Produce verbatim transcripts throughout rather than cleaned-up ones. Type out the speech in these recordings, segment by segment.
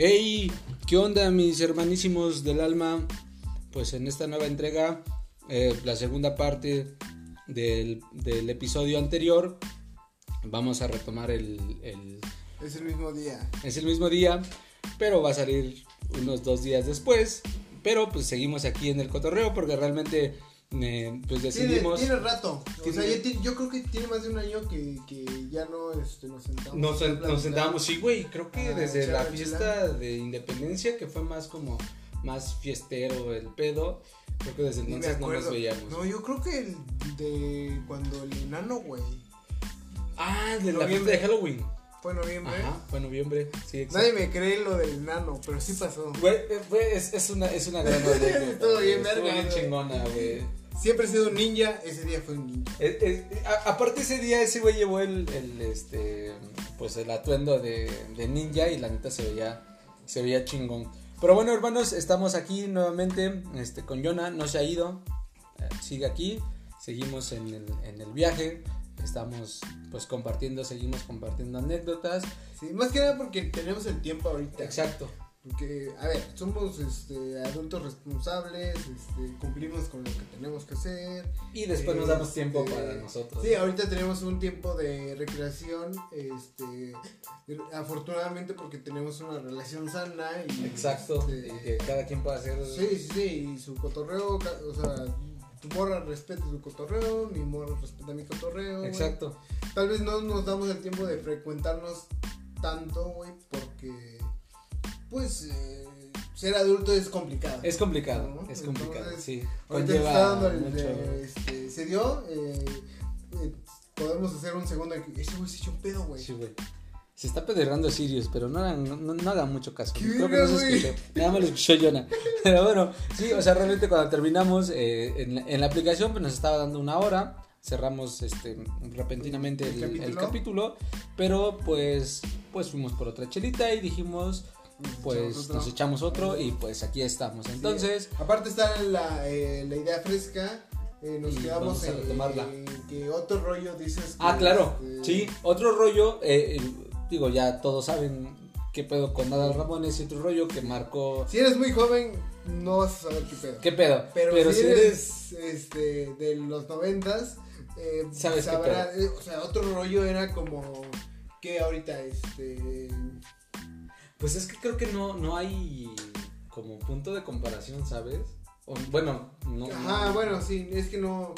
Hey, ¿qué onda mis hermanísimos del alma? Pues en esta nueva entrega, eh, la segunda parte del, del episodio anterior, vamos a retomar el, el... Es el mismo día. Es el mismo día, pero va a salir unos dos días después. Pero pues seguimos aquí en el cotorreo porque realmente eh, pues decidimos... Tiene, tiene rato, ¿Tiene? o sea, ya tiene, yo creo que tiene más de un año que, que ya no este, nos sentamos. Nos, nos sentábamos, sí güey, creo que Ah, desde chela, la fiesta chela. de Independencia, que fue más como, más fiestero el pedo, creo que desde Ni me entonces no nos acuerdo. veíamos. No, yo creo que el de cuando el enano, güey, Ah, de la fiesta Noviembre. de Halloween. fue noviembre. Ajá, fue noviembre, sí, exacto. Nadie me cree lo del enano, pero sí pasó. Güey, eh, güey, es, es una, es una gran anécdota. Estuvo bien güey, estuvo verga, bien güey. chingona, güey. Siempre he sido un ninja, ese día fue un ninja. Es- es- a- aparte ese día ese güey llevó el, el este pues el atuendo de, de ninja y la neta se veía se veía chingón. Pero bueno, hermanos, estamos aquí nuevamente este con Jonah, no se ha ido. eh, sigue aquí, seguimos en el, en el viaje, estamos pues compartiendo, seguimos compartiendo anécdotas. Sí, más que nada porque tenemos el tiempo ahorita. Exacto. Porque, a ver, somos este, adultos responsables, este, cumplimos con lo que tenemos que hacer. Y después nos damos Este, tiempo para nosotros. Sí, ahorita tenemos un tiempo de recreación, este, afortunadamente porque tenemos una relación sana y Exacto. este, Y que cada quien pueda hacer. sí, sí, sí, y su cotorreo, ca- o sea, tu morra respeta su cotorreo, mi morra respeta mi cotorreo. güey. Exacto. Tal vez no nos damos el tiempo de frecuentarnos tanto, güey, porque, pues, eh, ser adulto es complicado. Es complicado, ¿no? es complicado, Entonces, sí. Ahorita Conlleva está dando el, mucho- eh, este, se dio, eh, eh, podemos hacer un segundo, ese güey se echó un pedo, güey. Sí, güey. Se está pederrando Sirius, pero no hagan, no, no hagan mucho caso. ¿Qué Creo que verga, no se güey? escuchó. Nada más lo escuchó Jonah. Pero bueno, sí, o sea, realmente cuando terminamos eh, en, la, en la aplicación, pues nos estaba dando una hora. Cerramos este repentinamente el, ¿El el capítulo? capítulo. Pero pues, pues fuimos por otra chelita y dijimos, pues echamos otro. nos echamos otro y pues aquí estamos. Entonces, Sí. Aparte está la, eh, la idea fresca, eh, nos Y quedamos vamos a en retomarla. en que otro rollo dices que, ah, claro, este, sí, otro rollo, eh, eh, digo, ya todos saben qué pedo con Adal Ramones y otro rollo que marcó. Si eres muy joven, no vas a saber qué pedo. ¿Qué pedo? Pero, si eres, este, de los noventas, eh, ¿Sabes qué sabrá- eh, o sea, otro rollo era como que ahorita, este, Pues es que creo que no, no hay como punto de comparación, ¿sabes? O, bueno, no. ajá, no. bueno, sí, es que no,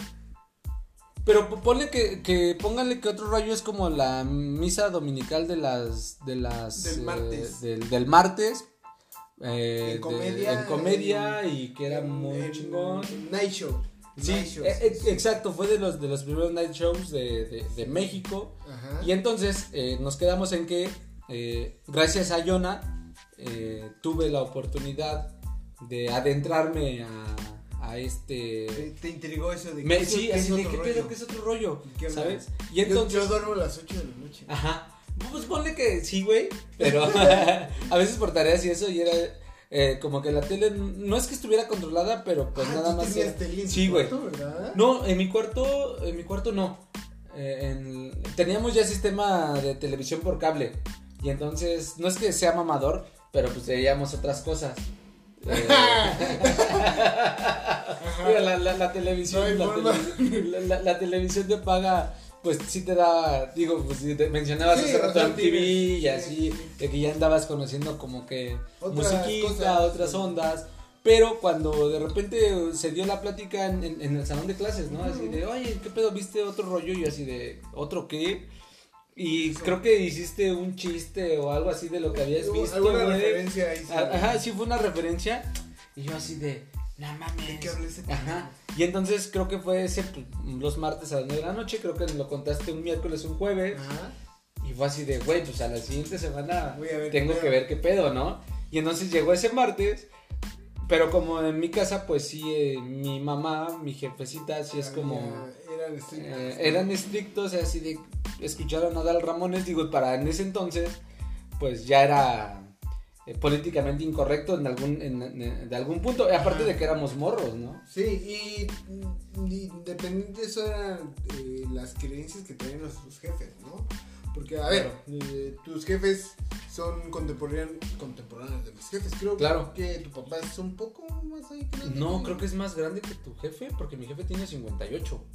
Pero p- ponle que, que póngale que otro rollo es como la misa dominical de las de las Del eh, martes. del, del martes. eh, En de- comedia, en comedia en- y que era en- muy en- chingón. en Night Show. Sí, Night shows. eh, eh, exacto, fue de los de los primeros night shows de, de, de México. Ajá. Y entonces eh, nos quedamos en que eh, gracias a Jonah eh, tuve la oportunidad de adentrarme a, a ¿Te, este... te intrigó eso de Me, qué es- sí, qué es así de otro qué rollo? pedo, qué es otro rollo, ¿Qué onda? ¿sabes? Y Yo- entonces... yo, duermo a las ocho de la noche. Ajá, pues ponle que sí, güey, pero a veces por tareas y eso y era... eh, como que la tele no es que estuviera controlada, pero pues Ah, nada tú más... tenías era- tele en tu Sí, güey. cuarto, ¿verdad? No, en mi cuarto, en mi cuarto no. Eh, en- teníamos ya sistema de televisión por cable. Y entonces, no es que sea mamador, pero pues veíamos otras cosas. Eh, mira, la, la, la televisión, No hay la, forma. tele- la, la- la televisión te paga, pues sí te da, digo, pues si te mencionabas Sí, hace o rato sea, M T V y tienes- así, sí, sí. de que ya andabas conociendo como que Otras musiquita, cosas, otras sí. ondas. Pero cuando de repente se dio la plática en, en, en el salón de clases, ¿no? Así de, oye, ¿qué pedo? ¿Viste otro rollo? Y yo así de, ¿otro qué? Y creo que hiciste un chiste o algo así de lo que habías Hubo visto, alguna güey. referencia ahí. sí. A- Ajá, sí fue una referencia. Y yo así de, no ¿De mames. qué habla ese Ajá. Y entonces creo que fue ese, pues, los martes a las nueve de la noche. Creo que lo contaste un miércoles, un jueves. Ajá. Y fue así de, güey, pues a la siguiente semana Voy a ver tengo qué que pedo. ver qué pedo, ¿no? Y entonces llegó ese martes. Pero como en mi casa, pues sí, eh, mi mamá, mi jefecita, sí es como... Había- Eran estrictos. eh, eran estrictos, así de escucharon a Adal Ramones, digo, para en ese entonces, pues ya era eh, políticamente incorrecto en algún, en, en- de algún punto, y aparte Ajá. de que éramos morros, ¿no? Sí, y, y independiente de eso eran eh, las creencias que tenían nuestros jefes, ¿no? Porque, a ver, eh, tus jefes son contemporáneos, contemporáneos de mis jefes. Creo claro. que tu papá es un poco más ahí que No, que creo que es más grande que tu jefe, porque mi jefe tiene cincuenta y ocho.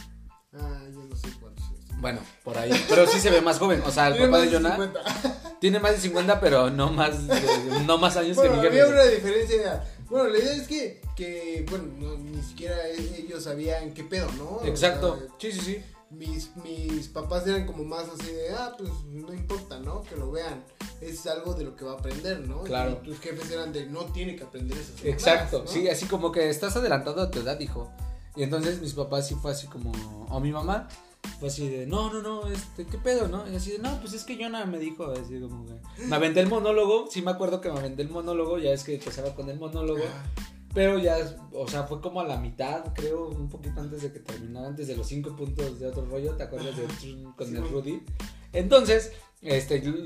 Ah, yo no sé cuántos. Bueno, por ahí. Pero sí se ve más joven. O sea, el papá de Jonah tiene más de cincuenta, pero no más, de, no más años bueno, que mi jefe. Había una diferencia. Bueno, la idea es que, que bueno, no, ni siquiera ellos sabían qué pedo, ¿no? Exacto. O sea, sí, sí, sí. Mis, mis papás eran como más así de, ah, pues no importa, ¿no? Que lo vean. Es algo de lo que va a aprender, ¿no? Claro. Y tus jefes eran de, no tiene que aprender eso. Exacto. ¿no? Sí, así como que estás adelantado a tu edad, hijo. Y entonces mis papás sí fue así como, o mi mamá fue así de, no, no, no, este, ¿qué pedo, no? Y así de, no, pues es que Jonah me dijo, así como que, me aventé el monólogo, sí me acuerdo que me aventé el monólogo, ya es que empezaba con el monólogo, pero ya, o sea, fue como a la mitad, creo, un poquito antes de que terminara, antes de los cinco puntos de otro rollo, ¿te acuerdas de con sí, el Rudy? Entonces, este, yo,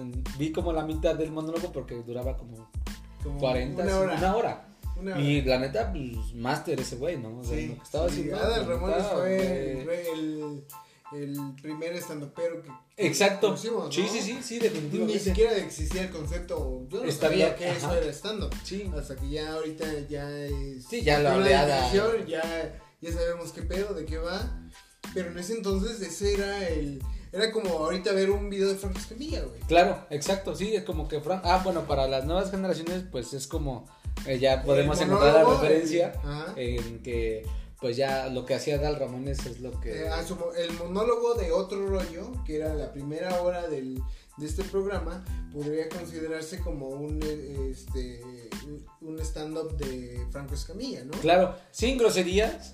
vi como la mitad del monólogo porque duraba como, como cuarenta, una hora. Una hora. Una y la neta, pues, máster ese güey, ¿no? O sea, sí, lo que estaba sí, haciendo. Adal Ramones fue el, el, el primer estandopero que. Exacto. Conocimos, ¿no? Sí, sí, sí, sí, definitivamente. Ni siquiera existía el concepto. Yo no Está sabía bien, que ajá. eso era stand-up. Sí. Hasta que ya ahorita ya es. Sí, ya la oleada. Ya, ya sabemos qué pedo, de qué va. Pero en ese entonces, ese era el. Era como ahorita ver un video de Franco Escamilla, güey. Claro, exacto, sí, es como que Frank. Ah, bueno, para las nuevas generaciones, pues es como. Eh, ya podemos encontrar la referencia eh, en que. Pues ya lo que hacía Adal Ramones es lo que. Eh, su, el monólogo de Otro Rollo, que era la primera hora del, de este programa, podría considerarse como un este un stand-up de Franco Escamilla, ¿no? Claro, sin groserías.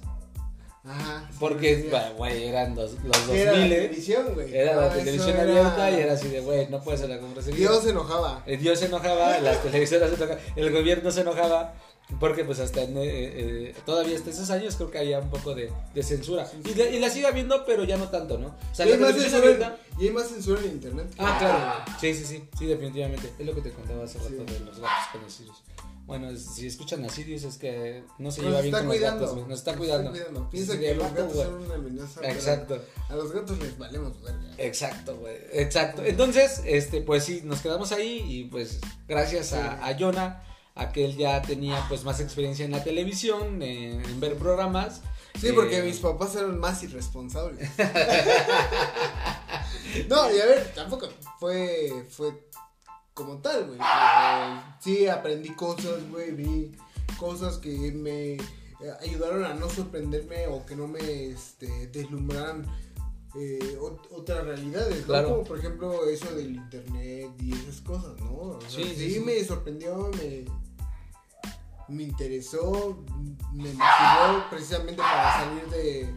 Ajá. Porque, güey, eran los, los dos mil. Era la televisión, güey. Era la ah, televisión abierta era... y era así de, güey, no puede ser la grosería. Dios se enojaba. El Dios se enojaba, las televisoras se enojaban, el gobierno se enojaba. Porque pues hasta eh, eh, todavía hasta esos años creo que había un poco de, de censura. Sí, sí. Y, la, y la sigue habiendo, pero ya no tanto, ¿no? O sea, y, hay más abierta... y hay más censura en internet. Ah, claro. Sí, sí, sí, sí, definitivamente. Es lo que te contaba hace rato sí. de los gatos con los Sirius. Bueno, si escuchan a Sirius es que no se nos lleva bien con cuidando. Los gatos, nos está nos cuidando. Está cuidando. Piensa sí, que los gatos güey. Son una amenaza. Exacto. A los gatos les valemos verga. Exacto, güey. Exacto. Entonces, este, pues sí, nos quedamos ahí y pues gracias sí. a, a Jonah. A que él ya tenía pues más experiencia en la televisión, eh, en ver programas. Sí, porque eh, mis papás eran más irresponsables. No, y a ver, tampoco fue, fue como tal, güey. Eh, sí, aprendí cosas, güey, vi cosas que me ayudaron a no sorprenderme o que no me este, deslumbraran eh, otras realidades, ¿no? Claro. Como por ejemplo eso del internet y esas cosas, ¿no? O sea, sí, sí, sí, sí, me sorprendió, me, me interesó, me motivó precisamente para salir de... de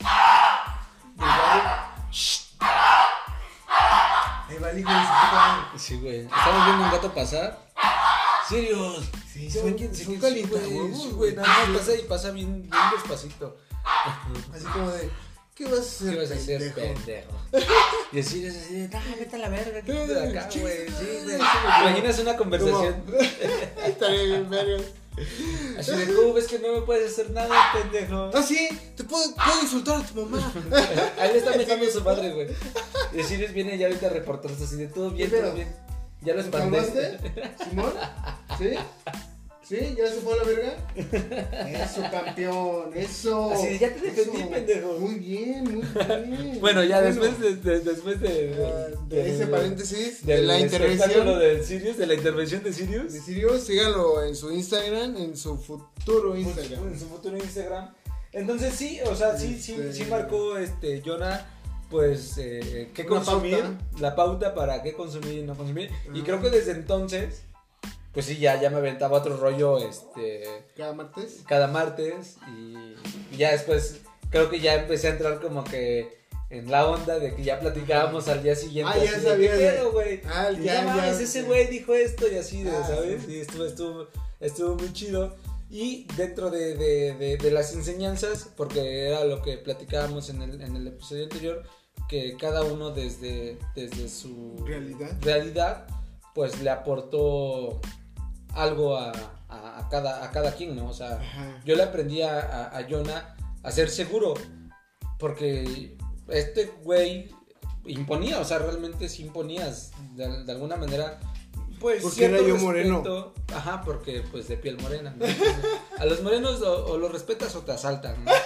Ahí va el hijo de su puta. Sí, güey. Estamos viendo un gato pasar. Sirius. Sí, son, ¿Quién, son ¿quién, calientahuevos, sí, güey. Nada más pasa y pasa bien, bien despacito. Así como de, ¿qué vas a hacer, ¿Qué vas a hacer, pendejo? pendejo? Y así es así de, no, vete a la verga, quítate de acá, güey. Sí, güey. ¿Imaginas una conversación? Estaría bien verga. Así de, ¿cómo ves que no me puedes hacer nada, pendejo? Ah, sí, te puedo, puedo insultar a tu mamá. Ahí le está metiendo su madre, güey. Y Sirius viene ya ahorita a reportarse así de, todo bien, todo bien. Ya lo espanté. ¿Simón? ¿Sí? ¿Sí? ¿Ya se fue a la verga? Eso, campeón, eso. Así de, ya te defendí, eso. Pendejo. Muy bien, muy bien. Bueno, ya bueno, después de, de, después de, de, de, de ese paréntesis, de, de la intervención de Sirius, de la intervención de Sirius. De Sirius, síganlo en su Instagram, en su futuro Instagram. En su futuro Instagram. Entonces sí, o sea, sí, sí, este... sí marcó este Jonah, pues, eh, qué Una consumir, pauta. La pauta para qué consumir y no consumir. Uh-huh. Y creo que desde entonces... Pues sí, ya, ya me aventaba otro rollo, este... ¿Cada martes? Cada martes, y, y ya después creo que ya empecé a entrar como que en la onda de que ya platicábamos al día siguiente. Ah, ya sabía. ¿Qué pedo, güey? Ah, y ya, ya, ya. Más, ese güey dijo esto y así, de, ah, ¿sabes? Sí. Y estuvo, estuvo, estuvo muy chido. Y dentro de, de, de, de las enseñanzas, porque era lo que platicábamos en el, en el episodio anterior, que cada uno desde, desde su realidad, realidad pues le aportó algo a, a, a, cada, a cada quien, ¿no? O sea, ajá. Yo le aprendí a, a, a Jonah a ser seguro, porque este güey imponía, o sea, realmente sí imponías de, de alguna manera. Pues porque era yo respeto, moreno. Ajá, porque pues de piel morena, ¿no? Entonces, a los morenos o, o los respetas o te asaltan, ¿no?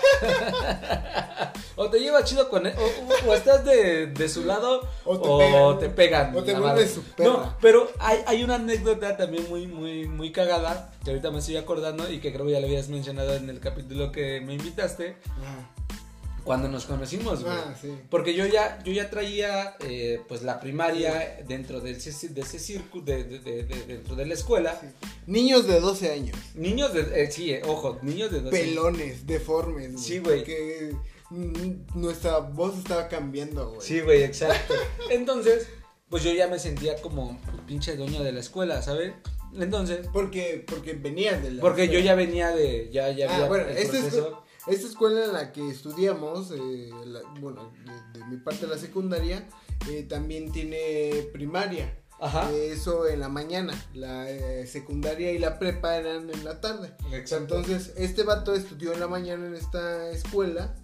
O te lleva chido con él, o, o estás de, de su lado o te o pegan, te pegan. o te vuelves su perra. No, pero hay, hay una anécdota también muy, muy, muy cagada, que ahorita me estoy acordando y que creo que ya lo habías mencionado en el capítulo que me invitaste. Ah. Cuando nos conocimos, güey. Ah, sí. Porque yo ya, yo ya traía, eh, pues, la primaria sí. dentro de ese, de ese círculo, de, de, de, de, dentro de la escuela. Sí. Niños de doce años. Niños de, eh, sí, eh, ojo, niños de doce años. Pelones, deformes, güey. Sí, güey. Que nuestra voz estaba cambiando, güey. Sí, güey, exacto. Entonces, pues yo ya me sentía como pinche dueño de la escuela, ¿sabes? Entonces. Porque, porque venías de la Porque escuela. yo ya venía de, ya, ya ah, había bueno, el este proceso. Es... Esta escuela en la que estudiamos, eh, la, bueno, de, de mi parte de la secundaria, eh, también tiene primaria. Ajá. Eh, eso en la mañana. La eh, secundaria y la prepa eran en la tarde. Exacto. Entonces, este vato estudió en la mañana en esta escuela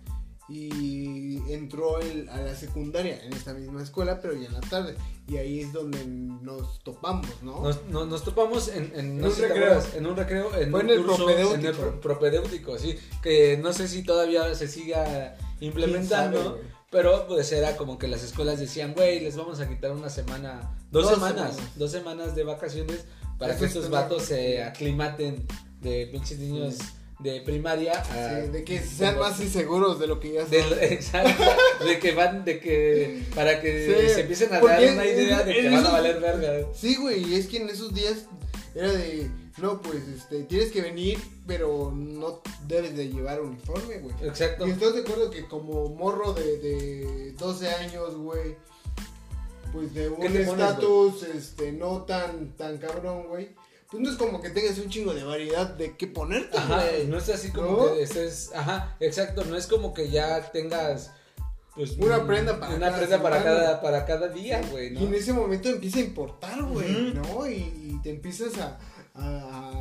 y entró el, a la secundaria en esta misma escuela, pero ya en la tarde. Y ahí es donde nos topamos, ¿no? Nos, no, nos topamos en, en, en no un sé recreo. En un recreo. En Fue un en el curso, propedéutico. En el pro, propedéutico, sí. Que no sé si todavía se siga implementando. Sabe, pero pues era como que las escuelas decían, güey, les vamos a quitar una semana, dos, dos semanas, semanas, dos semanas de vacaciones para Eso que estos vatos se aclimaten de pinches niños. Sí. De primaria a, sí, de que sean de, más inseguros de lo que ya son. De, exacto, de que van, de que para que sí, se empiecen a dar una idea de que van esos, a valer verga. Sí, güey, y es que en esos días era de, no, pues, este, tienes que venir, pero no debes de llevar uniforme, güey. Exacto. Y estás de acuerdo que como morro de, de doce años, güey, pues de un estatus, este, no tan, tan cabrón, güey. Pues no es como que tengas un chingo de variedad de qué ponerte, ajá, güey. No es así como ¿no? que estés, ajá, exacto, no es como que ya tengas pues una prenda para una cada prenda para semana. cada para cada día, güey, ¿no? Y en ese momento empieza a importar, güey, uh-huh. ¿no? Y, y te empiezas a, a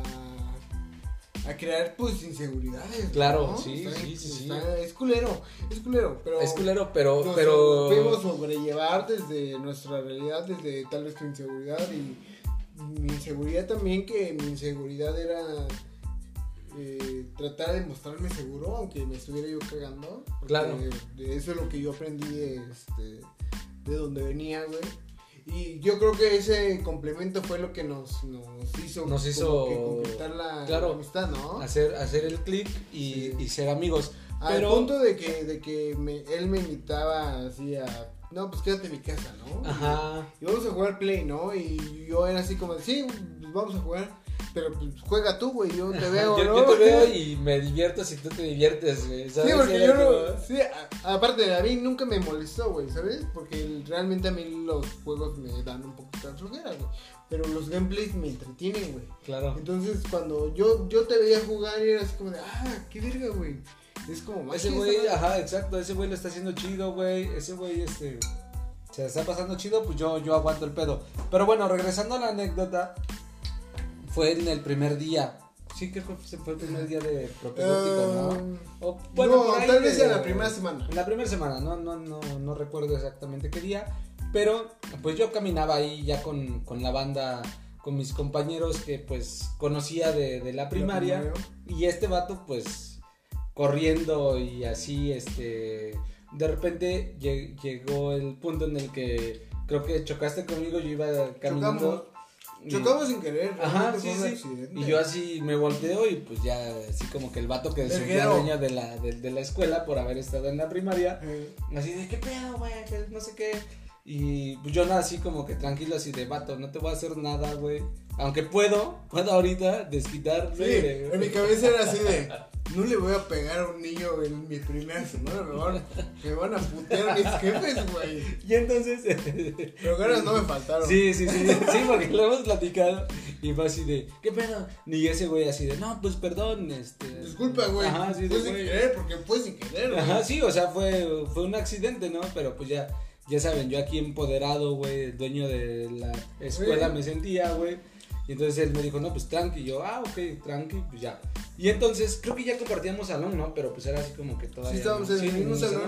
a crear pues inseguridades. Claro, ¿no? sí, está, sí, sí, está, sí. Es culero, es culero, pero es culero, pero nos pero podemos sobrellevar desde nuestra realidad, desde tal vez tu inseguridad y mi inseguridad también, que mi inseguridad era eh, tratar de mostrarme seguro aunque me estuviera yo cagando. Claro. De eso es lo que yo aprendí este, de donde venía, güey. Y yo creo que ese complemento fue lo que nos, nos hizo, nos hizo que completar la, claro, la amistad, ¿no? Hacer, hacer el click y, sí. y ser amigos. Al pero... punto de que, de que me, él me invitaba así a... No, pues quédate en mi casa, ¿no? Ajá. Y, y vamos a jugar Play, ¿no? Y yo era así como, sí, pues vamos a jugar. Pero pues juega tú, güey, yo te veo, yo, ¿no? Yo te veo y me divierto si tú te diviertes, güey. Sí, porque yo no... Sí, a, aparte, a mí nunca me molestó, güey, ¿sabes? Porque el, realmente a mí los juegos me dan un poco de flojera, güey. Pero los gameplays me entretienen, güey. Claro. Entonces, cuando yo, yo te veía jugar y era así como de, ah, qué verga, güey. Es como más ese güey, ajá, exacto, ese güey lo está haciendo chido, güey. Ese güey, este, se está pasando chido, pues yo, yo aguanto el pedo. Pero bueno, regresando a la anécdota, fue en el primer día. Sí, creo que fue el primer día de propedéutico, uh, ¿no? O, bueno, no, por ahí tal vez de, en la primera semana. En la primera semana, no, no, no, no recuerdo exactamente qué día. Pero, pues yo caminaba ahí ya con, con la banda, con mis compañeros que pues conocía de, de la primaria. ¿La primaria? Y este vato, pues... corriendo y así, este, de repente lleg- llegó el punto en el que creo que chocaste conmigo, yo iba caminando. Chocamos, y, chocamos sin querer. Ajá, sí, sí. Y yo así me volteo y pues ya, así como que el vato que se sentía dueño de la, de, de la escuela por haber estado en la primaria, eh. así de, ¿qué pedo, güey? No sé qué. Y pues yo nada, así como que tranquilo, así de, vato, no te voy a hacer nada, güey. Aunque puedo, puedo ahorita desquitarme. Sí, de, en mi cabeza era así de, no le voy a pegar a un niño en mi primera semana, me van, me van a putear mis jefes, güey. Y entonces... Pero ganas no me faltaron. Sí, sí, sí, sí, porque lo hemos platicado. Y fue así de, ¿qué pedo? Y ese güey así de, no, pues perdón, este... Disculpa, güey, ajá, sí, fue sin querer, porque fue sin querer, güey. Ajá, sí, o sea, fue, fue un accidente, ¿no? Pero pues ya, ya saben, yo aquí empoderado, güey, el dueño de la escuela, güey, me sentía, güey. Y entonces él me dijo, no, pues tranqui. Y yo, ah, ok, tranqui, pues ya. Y entonces, creo que ya compartíamos salón, ¿no? Pero pues era así como que todavía... Sí, estábamos en el mismo salón.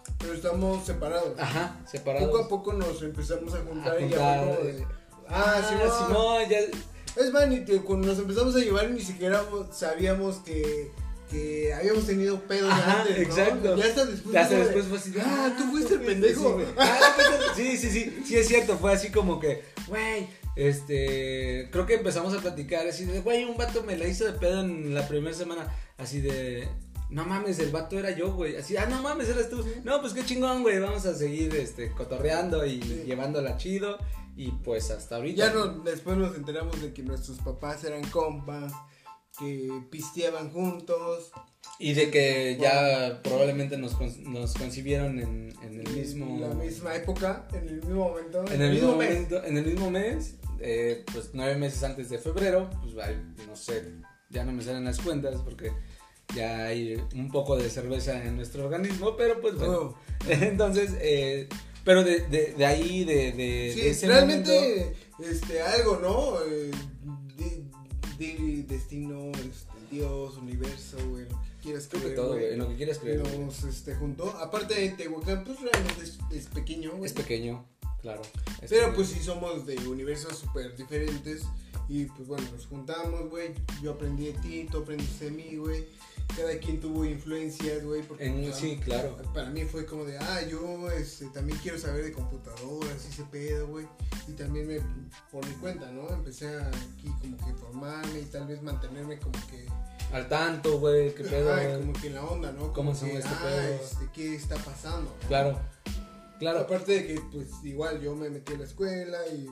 pero estamos separados. Ajá, separados. Poco a poco nos empezamos a juntar, A y juntar, ya fue como de, ah, sí, no, Simón, ya. Es más, ni que cuando nos empezamos a llevar ni siquiera sabíamos que, que habíamos tenido pedos Ajá, antes, ¿no? exacto. Ya hasta después. Ya hasta fue después de, fue así. Ah, tú fuiste el sí, pendejo. Sí, ah, sí, sí, sí, sí, es cierto, fue así como que, güey, este, creo que empezamos a platicar así de, güey, un vato me la hizo de pedo en la primera semana, así de, no mames, el vato era yo, güey, así, ah, no mames, eras tú, no, pues qué chingón, güey, vamos a seguir, este, cotorreando y sí. llevándola chido, y pues hasta ahorita. Ya no, después nos enteramos de que nuestros papás eran compas, que pisteaban juntos. Y de que ya probablemente nos, nos concibieron en, en el mismo... En la misma época, en el mismo momento. En, en el mismo momento, mes. En el mismo mes, eh, pues nueve meses antes de febrero, pues no sé, ya no me salen las cuentas porque ya hay un poco de cerveza en nuestro organismo, pero pues bueno. Oh. Entonces, eh, pero de, de, de ahí, de, de, sí, de ese realmente, momento, este, algo, ¿no? Eh, de, de, destino, este, Dios, universo, güey, lo que quieras creer. Creo que todo, güey, en lo que quieras creer. Nos este, juntó. Aparte de Tehuacán, pues realmente es, es pequeño, güey. Es pequeño, claro. Es Pero pequeño. Pues sí somos de universos súper diferentes. Y pues bueno, nos juntamos, güey. Yo aprendí de ti, tú aprendiste de mí, güey. Cada quien tuvo influencias, güey. En, pues, sí, claro. Para mí fue como de, ah, yo este, también quiero saber de computadoras, ese pedo, güey. Y también me, por mi cuenta, ¿no? Empecé a, aquí como que formarme y tal vez mantenerme como que al tanto, güey, qué pedo. Ay, como que en la onda, ¿no? ¿Cómo se llama este pedo? Este, ¿qué está pasando? ¿No? Claro, claro. Aparte de que, pues, igual yo me metí a la escuela y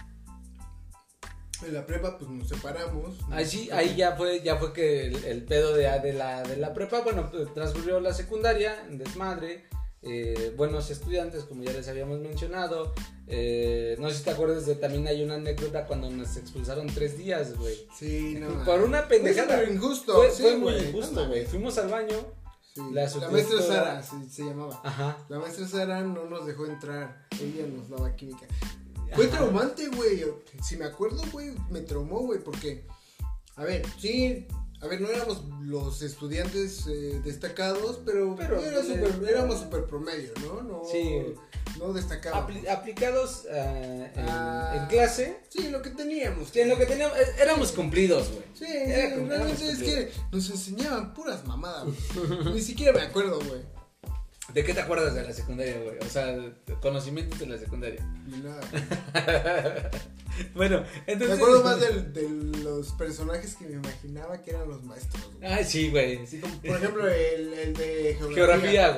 en la prepa, pues, nos separamos. Ahí sí, ahí ya fue, ya fue que el, el pedo de, de, la, de la prepa, bueno, transcurrió la secundaria, en desmadre. Eh, buenos estudiantes, como ya les habíamos mencionado. Eh, no sé si te acuerdas de, también hay una anécdota cuando nos expulsaron tres días, güey. Sí, no. Por una pendejada. Fue injusto. Fue, sí, fue muy wey, injusto, güey. No, Fuimos al baño. Sí. La, la maestra Sara se, se llamaba. Ajá. La maestra Sara no nos dejó entrar. Ella nos daba química. Fue Ajá. traumante, güey. Si me acuerdo, güey, me traumó, güey, porque, a ver, sí. A ver, no éramos los estudiantes eh, destacados, pero, pero era super, éramos super promedio, ¿no? No, sí. No destacábamos. Apli- aplicados uh, en, ah, en clase. Sí, lo que teníamos. Sí, en lo que teníamos, éramos cumplidos, güey. Sí, Era, realmente es que nos enseñaban puras mamadas, güey. Ni siquiera me acuerdo, güey. ¿De qué te acuerdas de la secundaria, güey? O sea, conocimientos de la secundaria. De nada. Bueno, entonces... Me acuerdo más de, de los personajes que me imaginaba que eran los maestros, güey. Ay, sí, güey. Sí, como, por ejemplo, el, el de geografía. Geografía,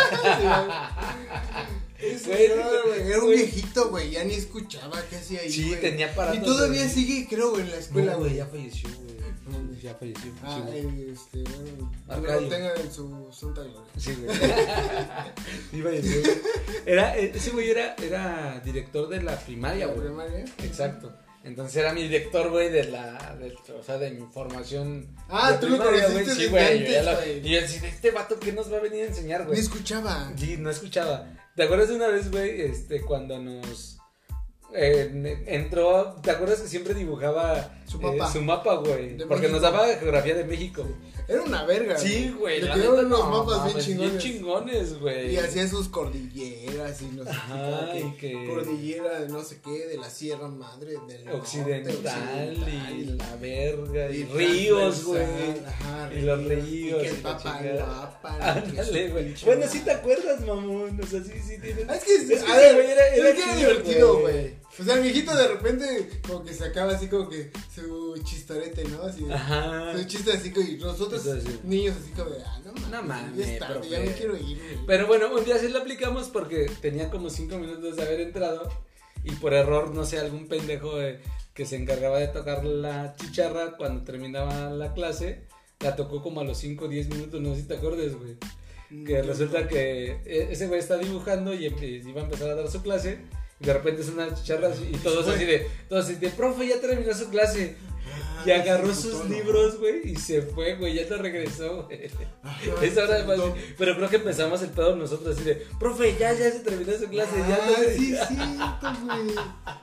güey. Sí, güey. No, güey. Era un güey. viejito, güey. Ya ni escuchaba qué hacía ahí, Sí, güey. tenía aparatos. Y todavía de... sigue, creo, güey, en la escuela, güey. No, ya falleció, güey. No, ya falleció. Ah, sí, este, bueno, Arcadio. Lo tenga en su santa gloria. Sí, güey. Sí, falleció. Era, ese güey era, era director de la primaria, güey. ¿La primaria? Exacto. Entonces era mi director, güey, de la, de, o sea, de mi formación. Ah, tú lo conociste güey. Sí, güey. Y yo decía, este vato, ¿qué nos va a venir a enseñar, güey? No escuchaba. Sí, no escuchaba. ¿Te acuerdas de una vez, güey, este, cuando nos... Eh, entró, ¿te acuerdas que siempre dibujaba su mapa, eh, su mapa, güey? Porque México. Nos daba geografía de México. Sí. Era una verga. Sí, güey. Le quedaron unos no, mapas bien mames, chingones. Bien chingones, güey. Y hacía sus cordilleras y no sé Ajá, qué. Y que... Cordillera de no sé qué, de la Sierra Madre del occidental, norte, occidental y, y la verga. Y, y ríos, güey. Ajá, y los ríos. Y que el Papa Ándale, güey. Bueno, sí te acuerdas, mamón. O sea, sí, sí tienes. Es que, es que a ver, güey, era, era, es que era divertido, güey. O sea, el viejito de repente como que sacaba así como que su chistorete, ¿no? Así, ajá. Su chiste así como, y nosotros Entonces, niños así como de, ah, no mames, no mames, ya es tarde, ya me quiero ir, güey. Pero bueno, un día sí lo aplicamos porque tenía como cinco minutos de haber entrado y por error, no sé, algún pendejo de, que se encargaba de tocar la chicharra cuando terminaba la clase, la tocó como a los cinco o diez minutos, no sé si te acuerdas, güey. Que no, resulta no. que ese güey está dibujando y iba a empezar a dar su clase. Y de repente son unas chicharras y todos así de, todos así de, profe, ya terminó su clase. Ah, y agarró sus tono. libros, güey, y se fue, güey, ya no regresó, güey. Esa hora de más. Pero creo que empezamos el pedo nosotros así de, profe, ya, ya se terminó su clase, ah, ya no sí, cierto, güey.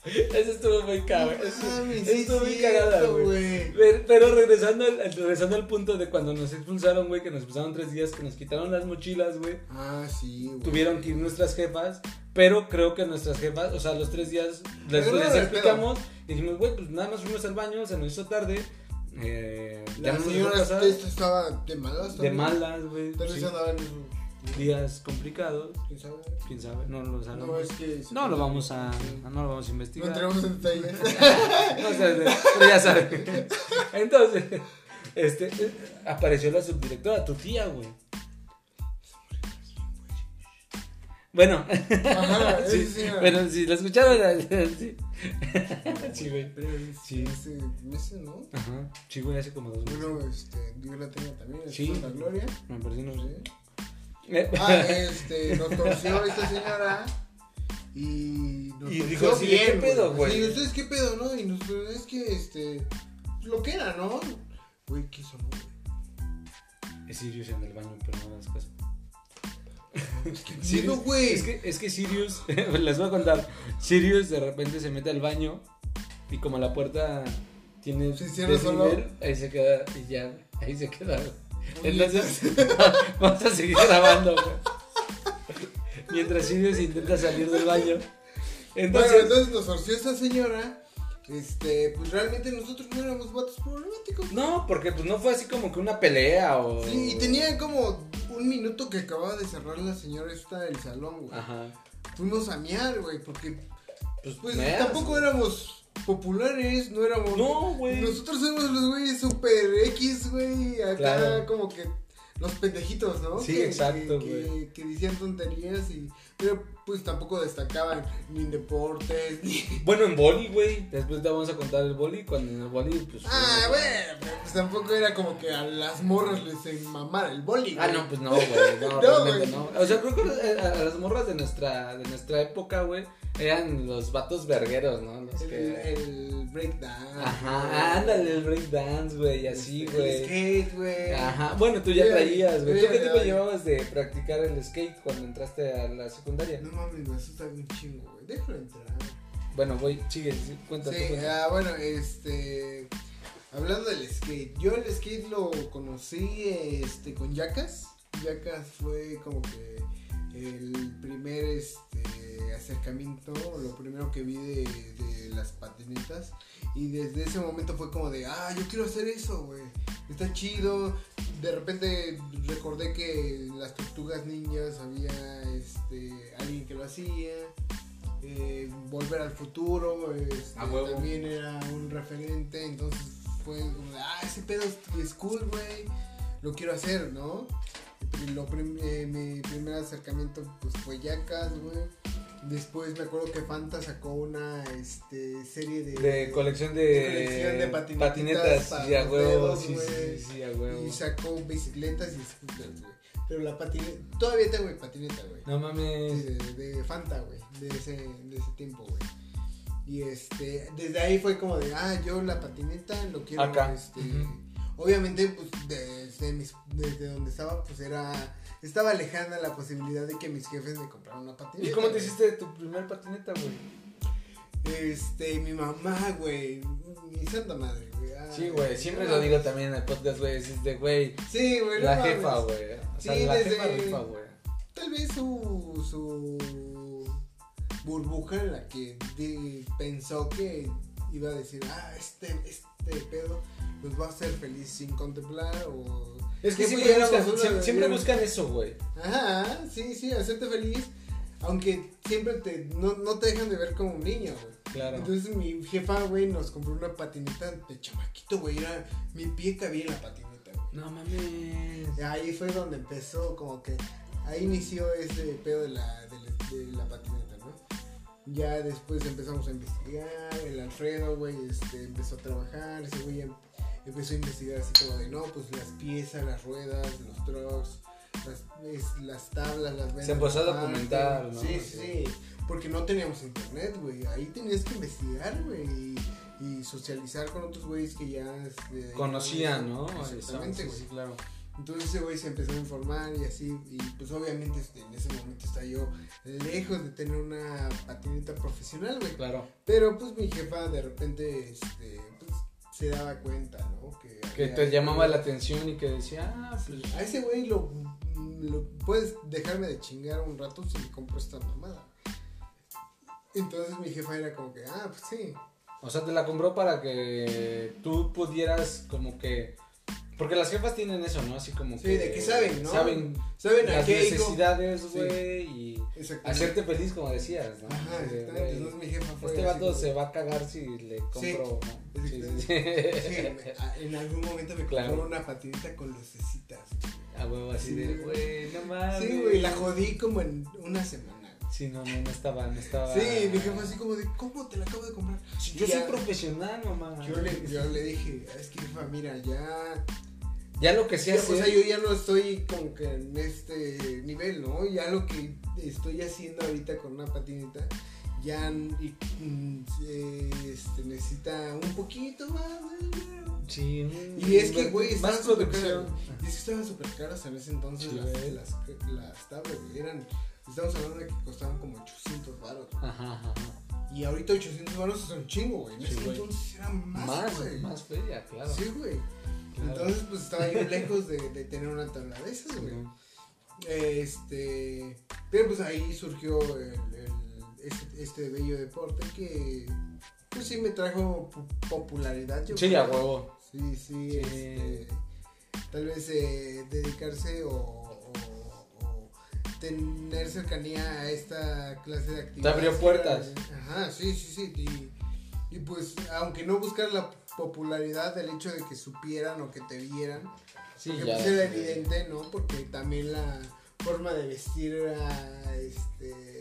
Eso estuvo muy cagado. Eso, Mami, eso sí estuvo muy cierto, cagada, güey. güey. Pero, pero regresando, al, regresando al punto de cuando nos expulsaron, güey, que nos expulsaron tres días, que nos quitaron las mochilas, güey. Ah, sí, güey. Tuvieron que ir nuestras jefas, pero creo que nuestras jefas, o sea, los tres días les, Pero no, les pero- explicamos y dijimos, güey, pues nada más fuimos al baño, se nos hizo tarde. Eh, ya La no nos señora dejó pasar. esta estaba de malas. De también. malas, güey. Tal vez sí. andaba en su- Días complicados, ¿Quién sabe? quién sabe, no lo sabemos. No, es que. No lo vamos a, no lo vamos a No investigar. entremos en detalles. No sé, pero ya saben. Entonces, este, eh, apareció la subdirectora, tu tía, güey. Bueno, Ajá, sí, esa señora. bueno, si la escucharon, sí. Sí, güey. Pero es- Sí. hace meses, ¿no? Ajá, sí, güey, hace como dos meses. Bueno, este, Dios la tenga también. Sí. Sí. La gloria. Me pareció, no sé. Sí. Eh, Ah, este, nos torció esta señora. Y nos Y torció dijo así, ¿qué pedo, güey? Sí, ustedes qué pedo, ¿no? Y nosotros, es que, este, lo que era, ¿no? Güey, ¿qué sonó, güey? Es Sirius en el baño, pero no hagas caso. Es que Sirius- miedo, güey. Es que, es que Sirius, les voy a contar. Sirius de repente se mete al baño y como la puerta tiene Se cierra desnivel, solo. ahí se queda y ya, güey, ahí se queda. güey. Oye, Entonces, vamos a seguir grabando, güey. Mientras Sirius intenta salir del baño. Entonces, Bueno, entonces nos torció esta señora. Este, pues realmente nosotros no éramos vatos problemáticos. no, porque pues no fue así como que una pelea o. Sí, y tenía como un minuto que acababa de cerrar la señora esta del salón, güey. Ajá. Fuimos a mear, güey, porque Pues, pues meas, tampoco güey. éramos populares, no éramos. No, güey. Nosotros éramos los güeyes super X, güey, acá Claro. como que los pendejitos, ¿no? Sí, que, exacto, que, güey. que, que decían tonterías y pero pues tampoco destacaban ni en deportes ni. Bueno, en boli, güey. Después te vamos a contar el boli. Cuando en el boli, pues. Ah, fuimos- bueno, pero pues tampoco era como que a las morras les enmamara el boli, güey. Ah, no, pues no, güey. No, No, realmente güey. no. O sea, creo que a, a las morras de nuestra, de nuestra época, güey, eran los vatos vergueros, ¿no? Los El, que. el breakdance. Ajá, ándale, el breakdance, güey, así, El güey. skate, güey. Ajá, bueno, tú ya Yo ya- traías, güey. yo ¿Tú ya qué tiempo traía. llevabas de practicar el skate cuando entraste a la secundaria? No mames, me asusta un chingo, güey. Déjalo entrar. Bueno, voy, sigue, sí, cuéntate. Sí, cuéntate. ah, bueno, este. Hablando del skate, yo el skate lo conocí este, con Yacas. Yacas fue como que el primer este, acercamiento, lo primero que vi de, de las patinetas. Y desde ese momento fue como de, ah, yo quiero hacer eso, güey. Está chido. De repente recordé que en las tortugas ninjas había este, alguien que lo hacía. Eh, Volver al futuro este, A huevo. también era un referente, entonces fue como de, ah, ese pedo es, es cool, güey, lo quiero hacer, ¿no? Y lo prim- eh, mi primer acercamiento pues fue Yacas, güey. Después me acuerdo que Fanta sacó una este, serie de, De colección de, colección de patinetitas patinetas, para sí, a los huevo, dedos, sí, güey. sí, sí, a huevo. y sacó bicicletas y scooters, güey. Pero la patineta, todavía tengo mi patineta, güey. No mames. Sí, de, de Fanta, güey, de ese, de ese tiempo, güey. Y este, desde ahí fue como de, ah, yo la patineta lo quiero, Acá. este, Ujú. obviamente, pues, desde, mis, desde donde estaba, pues, era, estaba lejana la posibilidad de que mis jefes me compraran una patineta. ¿Y cómo te güey. hiciste tu primer patineta, güey? Este, mi mamá, güey, mi santa madre, güey. Ay, Sí, güey, siempre no lo digo mames. también en el podcast, güey, es de, güey, Sí, güey, no la mames. jefa, güey. O sea, Sí, la desde- jefa rifa, güey. Tal vez su, su burbuja en la que de- pensó que iba a decir, ah, este, este pedo nos va a hacer feliz sin contemplar o... Es que Sí, siempre, éramos buscan, una- siempre, siempre éramos- buscan eso, güey. Ajá, sí, sí, hacerte feliz, aunque siempre te, no, no te dejan de ver como un niño, güey. Claro. Entonces mi jefa, güey, nos compró una patineta de chamaquito, güey, era, mi pie cabía en la patineta, güey. No mames. Ahí fue donde empezó como que ahí inició ese pedo de la, de la, de la patineta, ¿no? Ya después empezamos a investigar, el Alfredo, güey, este, empezó a trabajar, ese güey em- empezó a investigar así como de, no, pues las piezas, las ruedas, los trucks, las, es- las tablas, las vendas. Se empezó a aparte. documentar, ¿no? Sí, sí, sí, porque no teníamos internet, güey, ahí tenías que investigar, güey, y, y socializar con otros güeyes que ya... este, Conocían, ¿no? Exactamente, Sí, güey. sí, claro. Entonces ese güey se empezó a informar y así, y pues obviamente este, en ese momento estaba yo lejos de tener una patineta profesional, güey. Claro. Pero pues mi jefa de repente, este, pues se daba cuenta, ¿no? Que, que había, te llamaba la atención y que decía, ah, pues... A ese güey lo, lo puedes dejarme de chingar un rato si le compro esta mamada. Entonces mi jefa era como que, ah, pues sí. O sea, te la compró para que tú pudieras como que... Porque las jefas tienen eso, ¿no? Así como sí, que... de que saben, ¿no? Saben, saben las a qué necesidades, güey, sí. y hacerte feliz, como decías, ¿no? Ajá, Así de, exactamente. güey, Entonces mi jefa fue este vato así, se va a cagar si le compro, sí, ¿no? Sí, sí, sí. sí. En algún momento me claro. compró una patineta con lucecitas. A huevo, así sí, de, güey, no mames. Sí, güey, la jodí como en una semana. Sí, no, no, no estaba, no estaba. Sí, mi jefa así como de, ¿cómo te la acabo de comprar? Yo ya, soy profesional, mamá. Yo le, yo le dije, es que jefa, mira, ya... Ya lo que sea, o sea, yo ya no estoy como que en este nivel, ¿no? Ya lo que estoy haciendo ahorita con una patineta, ya y, eh, este, necesita un poquito más. Sí. Y es que, güey, más estaban súper producción. caras. Y es que estaban súper caras en ese entonces Sí, las, las, las tablas, güey. Eran, estamos hablando de que costaban como ochocientos baros. Ajá, ajá. Y ahorita ochocientos baros es un chingo, güey. En Sí, ese güey. entonces era más, Más, güey. más feria, claro. Sí, güey. Claro. Entonces, pues estaba yo lejos de, de tener una tabla de esas, güey. Uh-huh. Este. Pero pues ahí surgió el, el, este, este bello deporte que, pues sí me trajo popularidad. Yo Sí, creo. a huevo. Sí, sí, Sí. Este, tal vez eh, dedicarse o, o, o tener cercanía a esta clase de actividades. Te abrió puertas. Ajá, sí, sí, sí. Y, y pues, aunque no buscar la popularidad del hecho de que supieran o que te vieran, Sí, porque ya. pues era evidente, ¿no? Porque también la forma de vestir era, este...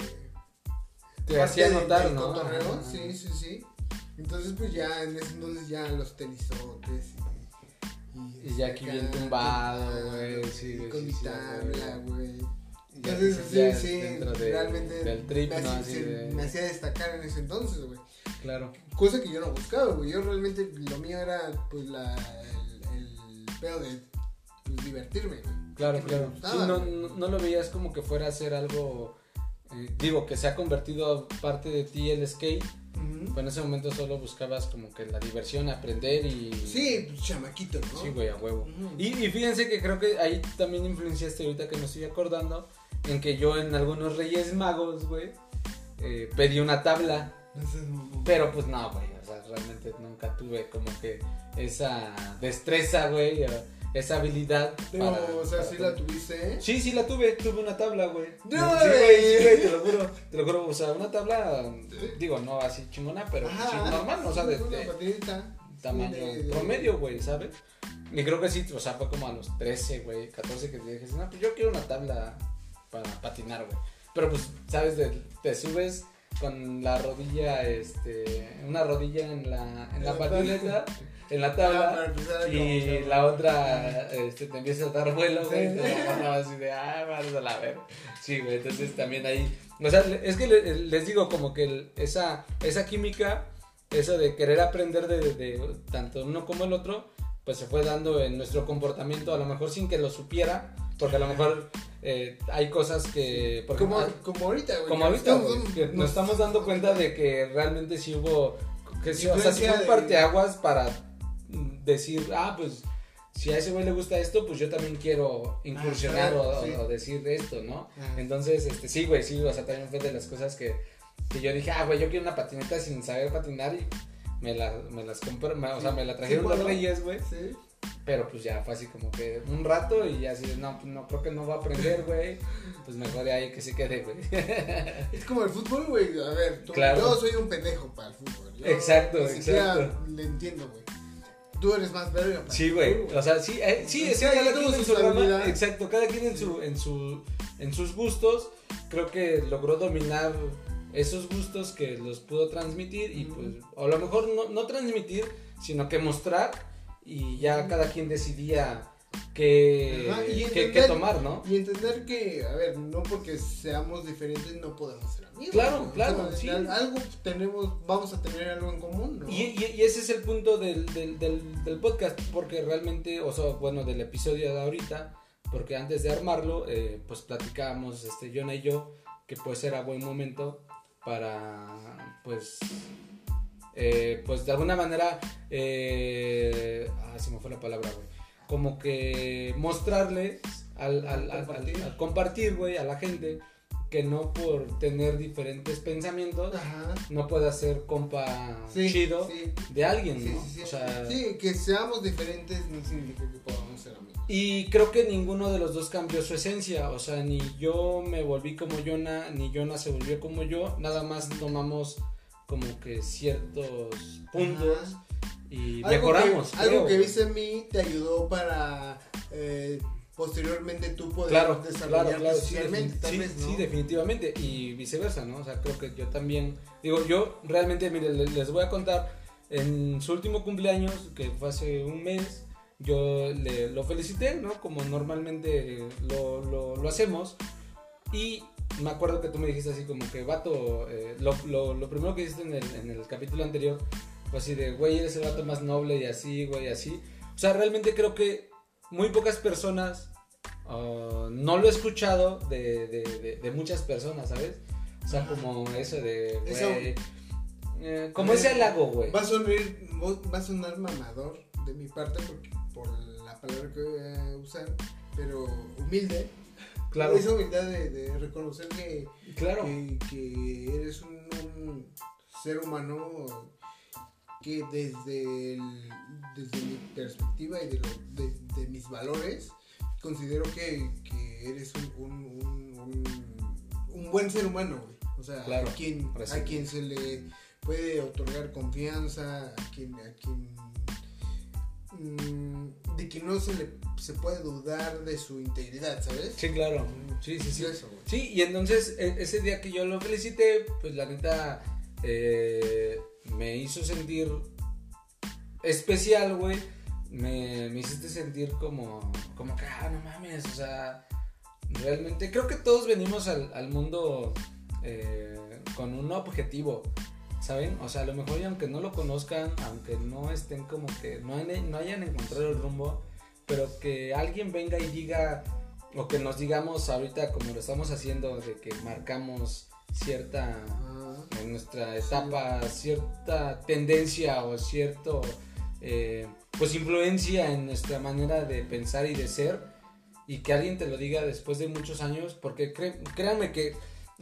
Te hacía de- notar, del ¿no? cotorreo, Ajá. sí, sí, sí. Entonces, pues ya, en ese entonces ya los tenisotes y... Y ya aquí bien tumbado, güey, y sí, güey, con sí, mi sí, tabla, güey. Ya Entonces, dices, sí, ya sí, dentro de- realmente del trip, me, ¿no? hacía, Así se- de- me hacía destacar en ese entonces, güey. Claro. Cosa que yo no buscaba, güey. Yo realmente, lo mío era, pues, la, el, el pedo de, pues, divertirme, güey. Claro, Que me claro. gustaba, Sí, no, güey. no, no lo veías como que fuera a ser algo, eh, digo, que se ha convertido parte de ti el skate. Ujú. Pues en ese momento solo buscabas como que la diversión, aprender y... Sí, pues, chamaquito, ¿no? Sí, güey, a huevo. Ujú. Y, y fíjense que creo que ahí también influenciaste ahorita que me estoy acordando en que yo en algunos Reyes Magos, güey, eh, pedí una tabla. No seas mamón. Pero pues no, güey, o sea, realmente nunca tuve como que esa destreza, güey, o esa habilidad. Pero, para, o sea, para sí poder- la tuviste, ¿eh? Sí, sí la tuve, tuve una tabla, güey. No, sí, güey. güey, sí, güey, te lo juro, te lo juro, o sea, una tabla, digo, no así chingona, pero Ajá, sí normal, o sea, de, una de patinita. tamaño de- de- promedio, güey, ¿sabes? Y creo que sí, o sea, fue como a los trece, güey, catorce que te dije, no, pues yo quiero una tabla para patinar, güey. Pero pues, ¿sabes? De, te subes con la rodilla, este, una rodilla en la, en la la patineta, en la Ah, tabla, para empezar a y como- la otra, este, te empieza a dar vuelo, güey, Sí. entonces no, así de, ah, vamos a la ver. Sí, güey, entonces también ahí, o sea, es que le- les digo como que el- esa, esa química, eso de querer aprender de, de, de tanto uno como el otro, pues se fue dando en nuestro comportamiento, a lo mejor sin que lo supiera, porque a lo mejor eh, hay cosas que, por Como, ejemplo, como ahorita, güey. como que ahorita, estamos- güey, que nos estamos dando cuenta de que realmente sí hubo, que sí, o sea, sí Influencia fue un de- parteaguas para mm, decir, ah, pues, si a ese güey le gusta esto, pues yo también quiero incursionar Ajá, o, sí. o decir esto, ¿no? Ajá. Entonces, este, sí, güey, sí, o sea, también fue de las cosas que, que yo dije, ah, güey, yo quiero una patineta sin saber patinar y me, la, me las compré, me- o sea, me la trajeron Sí, los ¿puedo? reyes, güey. Sí. Pero pues ya fue así como que un rato y ya así de, no, pues no creo que no va a aprender, güey. Pues mejor de ahí que se quede, güey. Es como el fútbol, güey. A ver, tú- Claro. yo soy un pendejo para el fútbol. Yo Exacto, ni siquiera exacto. le entiendo, güey. Tú eres más verga para Sí, el güey. fútbol, O sea, sí, eh, sí, es que Cada cada quien quien tuvo en su su rama. habilidad. Exacto, cada quien en su, en su, en sus gustos. Creo que logró dominar esos gustos que los pudo transmitir y pues, o a lo mejor no, no transmitir, sino que mostrar y ya cada quien decidía que, Ajá, y que, entender- que tomar, ¿no? Y entender que, a ver, no porque seamos diferentes no podemos ser amigos. Claro, ¿no? claro, O sea, sí. al- Algo tenemos, vamos a tener algo en común, ¿no? Y, y, y ese es el punto del, del, del, del podcast, porque realmente, o sea, bueno, del episodio de ahorita, porque antes de armarlo, eh, pues platicábamos, este, Jonah y yo, que pues era buen momento para, pues, eh, pues de alguna manera, eh, ah, se me fue la palabra, güey, como que mostrarle al, al, al, Compartir. al, al compartir, güey, a la gente, que no por tener diferentes pensamientos, Ajá. no pueda ser compa Sí, chido sí. de alguien, Sí, ¿no? sí, sí. O sea, Sí, que seamos diferentes no significa que podamos ser amigos. y creo que ninguno de los dos cambió su esencia, o sea, ni yo me volví como Jonah, ni Jonah se volvió como yo, nada más tomamos como que ciertos puntos Ajá. y Algo mejoramos. que, algo creo, que güey. viste en mí te ayudó para eh, posteriormente tú poder Claro, desarrollarte claro, claro, sí, socialmente, defin- tal sí, vez, ¿no? sí, definitivamente, y viceversa, ¿no? O sea, creo que yo también, digo, yo realmente, mire, le- les voy a contar, en su último cumpleaños, que fue hace un mes, yo le, lo felicité, ¿no? Como normalmente lo, lo, lo hacemos, y me acuerdo que tú me dijiste así como que, vato, eh, lo, lo, lo primero que dijiste en el, en el capítulo anterior, fue así de, güey, eres el vato más noble y así, güey, así. O sea, realmente creo que muy pocas personas, uh, no lo he escuchado de, de, de, de muchas personas, ¿sabes? O sea, Ajá. como eso de, Eso- güey, eh, como ese halago, güey. Va a sonar, va a sonar mamador de mi parte porque, por la palabra que voy a usar, pero humilde. Claro, Esa humildad de, de reconocer que, claro. que, que eres un, un ser humano que desde, el- desde mi perspectiva y de, lo, de, de mis valores, considero que, que eres un, un, un, un, un buen ser humano, güey. O sea, Claro, a, quien, recién. a quien se le puede otorgar confianza, a quien, a quien mm, de que no se le se puede dudar de su integridad, ¿sabes? Sí, claro. Sí, sí, sí. Eso, güey. Sí, y entonces e- ese día que yo lo felicité, pues la neta eh, me hizo sentir especial, güey. Me, me hiciste sentir como, como que, ah, no mames, o sea, realmente creo que todos venimos al, al mundo eh, con un objetivo, ¿saben? O sea, a lo mejor y aunque no lo conozcan, aunque no estén como que, no, han- no hayan encontrado el rumbo, pero que alguien venga y diga, o que nos digamos ahorita como lo estamos haciendo, de que marcamos cierta, Ah, en nuestra etapa, cierta tendencia o cierto, eh, pues influencia en nuestra manera de pensar y de ser, y que alguien te lo diga después de muchos años, porque cre- créanme que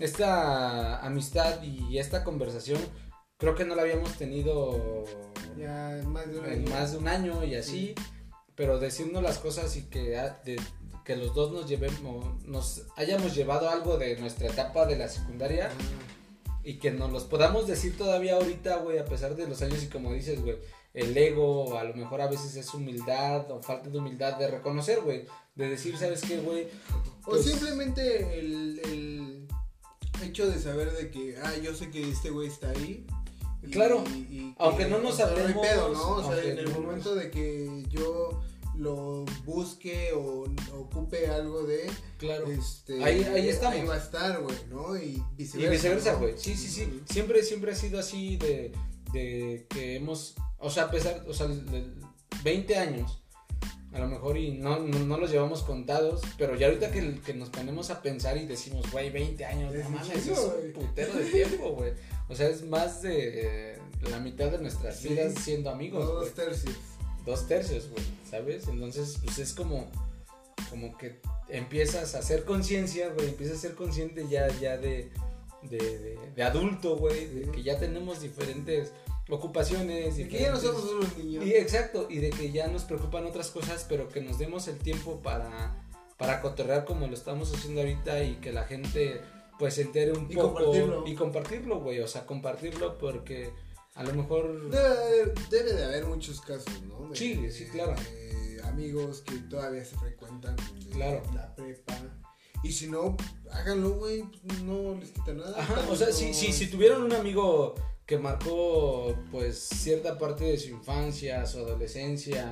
esta amistad y esta conversación creo que no la habíamos tenido ya en más de un en año. más de un año y así, pero decirnos las cosas y que, ah, de- que los dos nos llevemos, nos hayamos llevado algo de nuestra etapa de la secundaria Ah, y que nos los podamos decir todavía ahorita, güey, a pesar de los años, y como dices, güey, el ego, a lo mejor a veces es humildad o falta de humildad de reconocer, güey, de decir, ¿sabes qué, güey? o Pues- simplemente el, el hecho de saber de que, ah, yo sé que este güey está ahí. y- Claro, y que, aunque no nos o sea, no hay hablemos, pedo, ¿no? O sea, aunque en el no nos- momento de que yo lo busque o ocupe algo de, Claro. este, Ahí- ahí estamos. Ahí va a estar, güey, ¿no? Y Y viceversa. viceversa, ¿no? güey. Sí, sí, sí. Ujú. Siempre, siempre ha sido así de, de que hemos, o sea, a pesar, o sea, de veinte años, a lo mejor y no, no, no los llevamos contados, pero ya ahorita que, que nos ponemos a pensar y decimos, güey, veinte años, Es no un mames, chingo, es un güey. putero de tiempo, güey. O sea, es más de eh, la mitad de nuestras Sí. vidas siendo amigos, Dos güey. tercios. Dos tercios, güey, ¿sabes? Entonces, pues es como, como que empiezas a hacer conciencia, güey, empiezas a ser consciente ya, ya de, de, de, de adulto, güey, de que ya tenemos diferentes ocupaciones, Y que ya no diferentes- somos unos niños. y exacto, y de que ya nos preocupan otras cosas, pero que nos demos el tiempo para, para cotorrear como lo estamos haciendo ahorita y que la gente pues se entere un Y poco compartirlo. y compartirlo, güey, o sea, compartirlo porque a lo mejor Debe de, haber, debe de haber muchos casos, ¿no? De- Sí, sí, claro. de amigos que todavía se frecuentan de Claro. la prepa. Y si no, háganlo, güey, no les quita nada. Ajá, Tal o sea, vez si, no- si, si tuvieron un amigo que marcó pues cierta parte de su infancia, su adolescencia,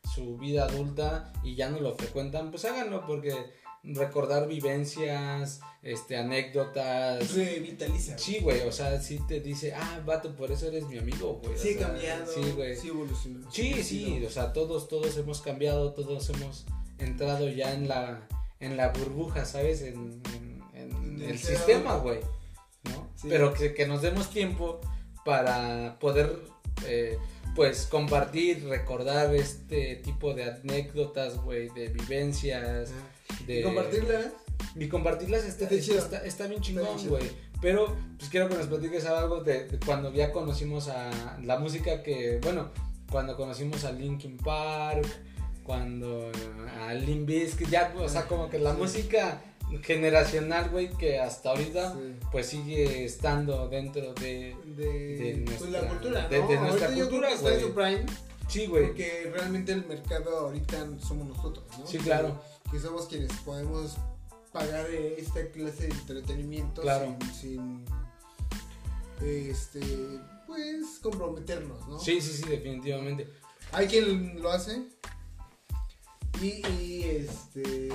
su vida adulta y ya no lo frecuentan, pues háganlo, porque recordar vivencias, este, anécdotas. Revitaliza. Sí, güey, o sea, sí te dice, ah, vato, por eso eres mi amigo, güey. Sí, he cambiado. Sí, güey. Sí, evolucionado. Sí, sí, o sea, todos, todos hemos cambiado, todos hemos entrado ya en la, en la burbuja, ¿sabes? En, en, en el sistema, güey, ¿no? Sí. Pero que, que nos demos tiempo para poder, eh, pues, compartir, recordar este tipo de anécdotas, güey, de vivencias. Ah. De, y compartirlas. Y compartirlas está, está, está, está bien chingón, güey. Pero, pues, quiero que nos platiques algo de, de cuando ya conocimos a la música que, bueno, cuando conocimos a Linkin Park, cuando a Limp Bizkit, ya, o sea, como que la sí. música generacional, güey, que hasta ahorita sí. pues sigue estando dentro de, de, de nuestra, pues la cultura, ¿no? de, de nuestra ahorita cultura, yo creo que está en su prime. Sí, güey. Porque realmente el mercado ahorita somos nosotros, ¿no? Sí, claro. Que, que somos quienes podemos pagar esta clase de entretenimiento claro. sin, sin este pues comprometernos, ¿no? Sí, sí, sí, definitivamente. Hay quien lo hace y, y este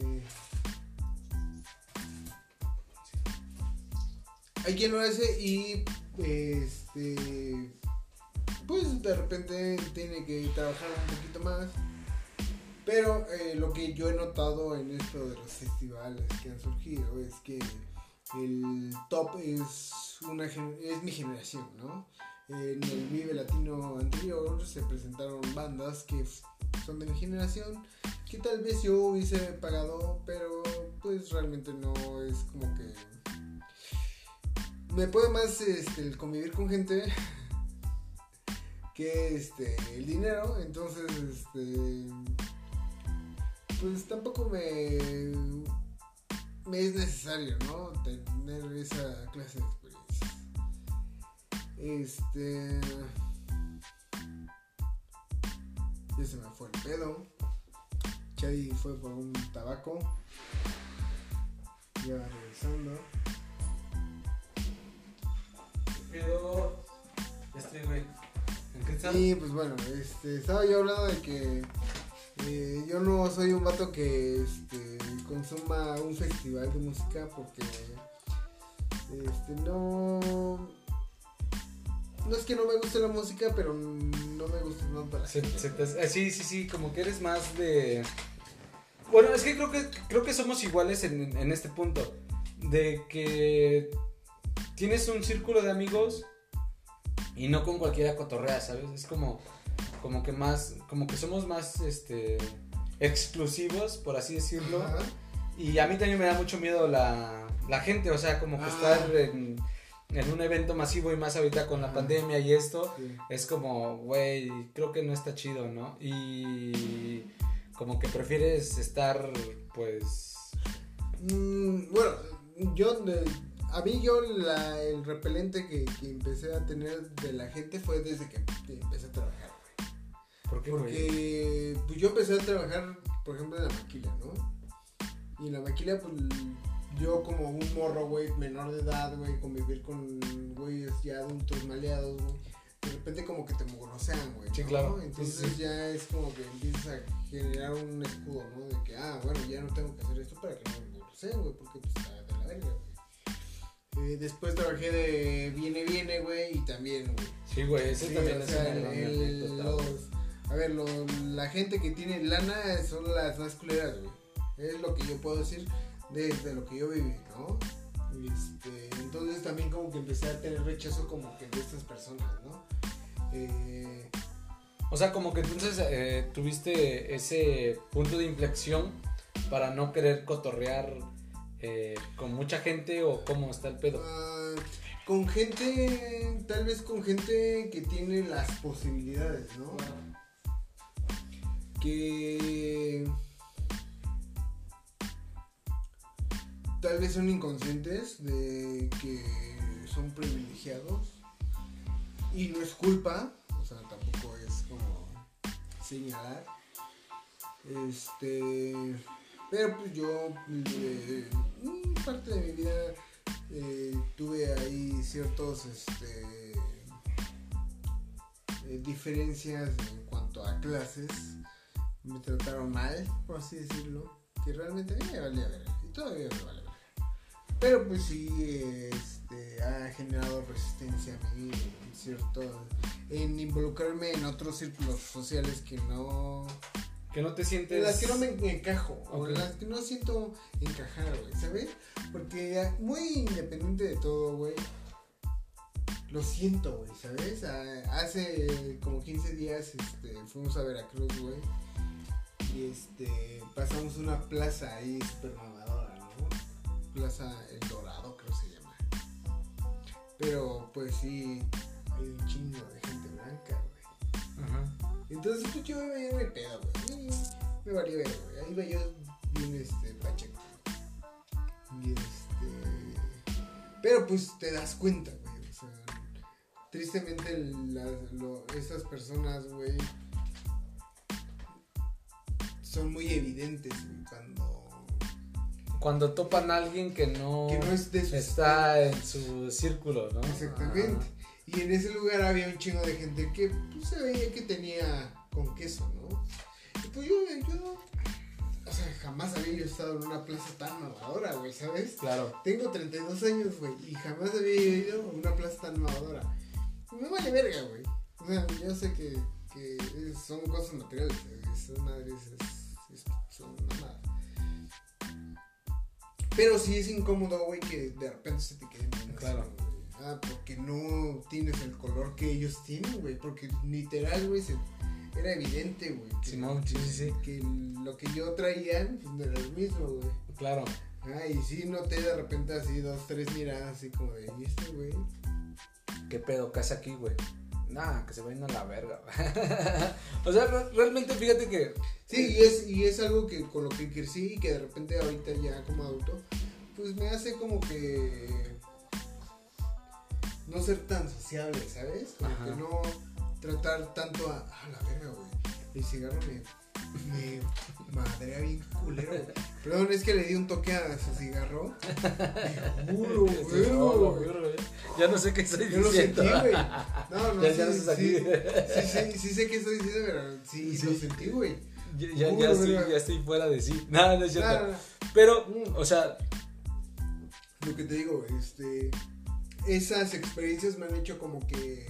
hay quien lo hace y este pues de repente tiene que trabajar un poquito más. Pero eh, lo que yo he notado en esto de los festivales que han surgido es que el top es una es mi generación, ¿no? En el Vive Latino anterior se presentaron bandas que son de mi generación, que tal vez yo hubiese pagado, pero pues realmente no es como que me puede más este, el convivir con gente que este el dinero, entonces este pues tampoco me, me es necesario, ¿no? Tener esa clase de experiencias. Este... Ya se me fue el pedo. Chadi fue por un tabaco. Ya va regresando. Pero... Ya estoy, güey. ¿En qué estás? Y pues bueno, este, estaba yo hablando de que Eh, yo no soy un vato que este, consuma un festival de música porque este, no no es que no me guste la música, pero no me gusta tanto la se, gente. Se te, eh, sí, sí, sí, como que eres más de... Bueno, es que creo que creo que somos iguales en, en este punto, de que tienes un círculo de amigos y no con cualquiera cotorrea, ¿sabes? Es como... como que más, como que somos más, este, exclusivos, por así decirlo. Ajá. Y a mí también me da mucho miedo la, la gente, o sea, como que ah. estar en, en un evento masivo y más ahorita con la ah. pandemia y esto, sí. es como, güey, creo que no está chido, ¿no? Y como que prefieres estar, pues... Mm, bueno, yo, a mí yo la, el repelente que, que empecé a tener de la gente fue desde que empecé a trabajar. ¿Por qué, Porque pues, yo empecé a trabajar, por ejemplo, en la maquila, ¿no? Y en la maquila, pues, yo como un morro, güey, menor de edad, güey, convivir con güeyes ya adultos, maleados, güey, de repente como que te mogrosean, güey, sí, ¿no? claro. Entonces sí, sí. ya es como que empiezas a generar un escudo, ¿no? De que, ah, bueno, ya no tengo que hacer esto para que no me mogroseen, güey, porque pues está de la verga, güey. Eh, después trabajé de Viene Viene, güey, y también, güey. Sí, güey, ese sí, también o es sea, una el, el, los, A ver, lo, la gente que tiene lana son las más culeras, güey. Es lo que yo puedo decir desde lo que yo viví, ¿no? Este, entonces también como que empecé a tener rechazo como que de estas personas, ¿no? Eh, o sea, como que entonces eh, tuviste ese punto de inflexión para no querer cotorrear eh, con mucha gente, o cómo está el pedo. Uh, con gente, tal vez con gente que tiene las posibilidades, ¿no? Wow. Que tal vez son inconscientes de que son privilegiados y no es culpa, o sea, tampoco es como señalar, este, pero pues yo eh, parte de mi vida eh, tuve ahí ciertos este eh, diferencias en cuanto a clases. me trataron mal, por así decirlo, que realmente a mí me valía ver, y todavía me vale ver. Pero pues sí, este, ha generado resistencia a mí, en cierto, en involucrarme en otros círculos sociales que no... Que no te sientes... En las que no me encajo, okay. O en las que no siento encajar, güey, ¿sabes? Porque muy independiente de todo, güey, lo siento, güey, ¿sabes? Hace como quince días este, fuimos a Veracruz, güey, y este, pasamos una plaza ahí super mamadora, ¿no? Plaza El Dorado, creo que se llama. Pero, pues sí, hay un chingo de gente blanca, güey. Ajá. Entonces, pues yo me iba de pedo, güey. Me valía ver, güey. Ahí iba yo bien, este, pacheco. Y este... Pero, pues, te das cuenta, güey. O sea, tristemente, las, lo, esas personas, güey, son muy evidentes, güey, cuando... Cuando topan a alguien que no, que no es de su está en su círculo, ¿no? Exactamente. Ah. Y en ese lugar había un chingo de gente que pues, se veía que tenía con queso, ¿no? Y pues yo, yo, o sea, jamás había yo estado en una plaza tan mamadora, güey, ¿sabes? Claro. Tengo treinta y dos años, güey, y jamás había ido a una plaza tan mamadora. Y me vale verga, güey. O sea, yo sé que, que son cosas materiales, esas madres es, es, son mamadas. Pero sí es incómodo, güey, que de repente se te queden bien. Claro. Así, güey. Ah, porque no tienes el color que ellos tienen, güey. Porque literal, güey, se, era evidente, güey. Simón, sí, sí, sí. Que lo que yo traía, pues no era el mismo, güey. Claro. Ah, y sí noté de repente así dos, tres miradas así como de, ¿y este, güey? ¿Qué pedo? ¿Qué hace aquí, güey? Nah, que se vayan a la verga. O sea, re- realmente fíjate que... Sí, y es, y es algo que con lo que crecí y que de repente ahorita ya como adulto, pues me hace como que no ser tan sociable, ¿sabes? Como Ajá. que no tratar tanto a, a la verga, güey. El cigarro me, me madrea bien culero, güey. Perdón, es que le di un toque a su cigarro. Me juro, güey. No, no, ya no sé qué estoy Yo diciendo. Yo lo sentí, güey. No, no, ya, sí, ya no sí, sí, sí, sí, sí sé qué estoy diciendo, pero sí, sí. lo sentí, güey. Ya, ya, ya, estoy, ya estoy fuera de sí. Nada, no es cierto. No, no, no. Pero, o sea... Lo que te digo, este... Esas experiencias me han hecho como que...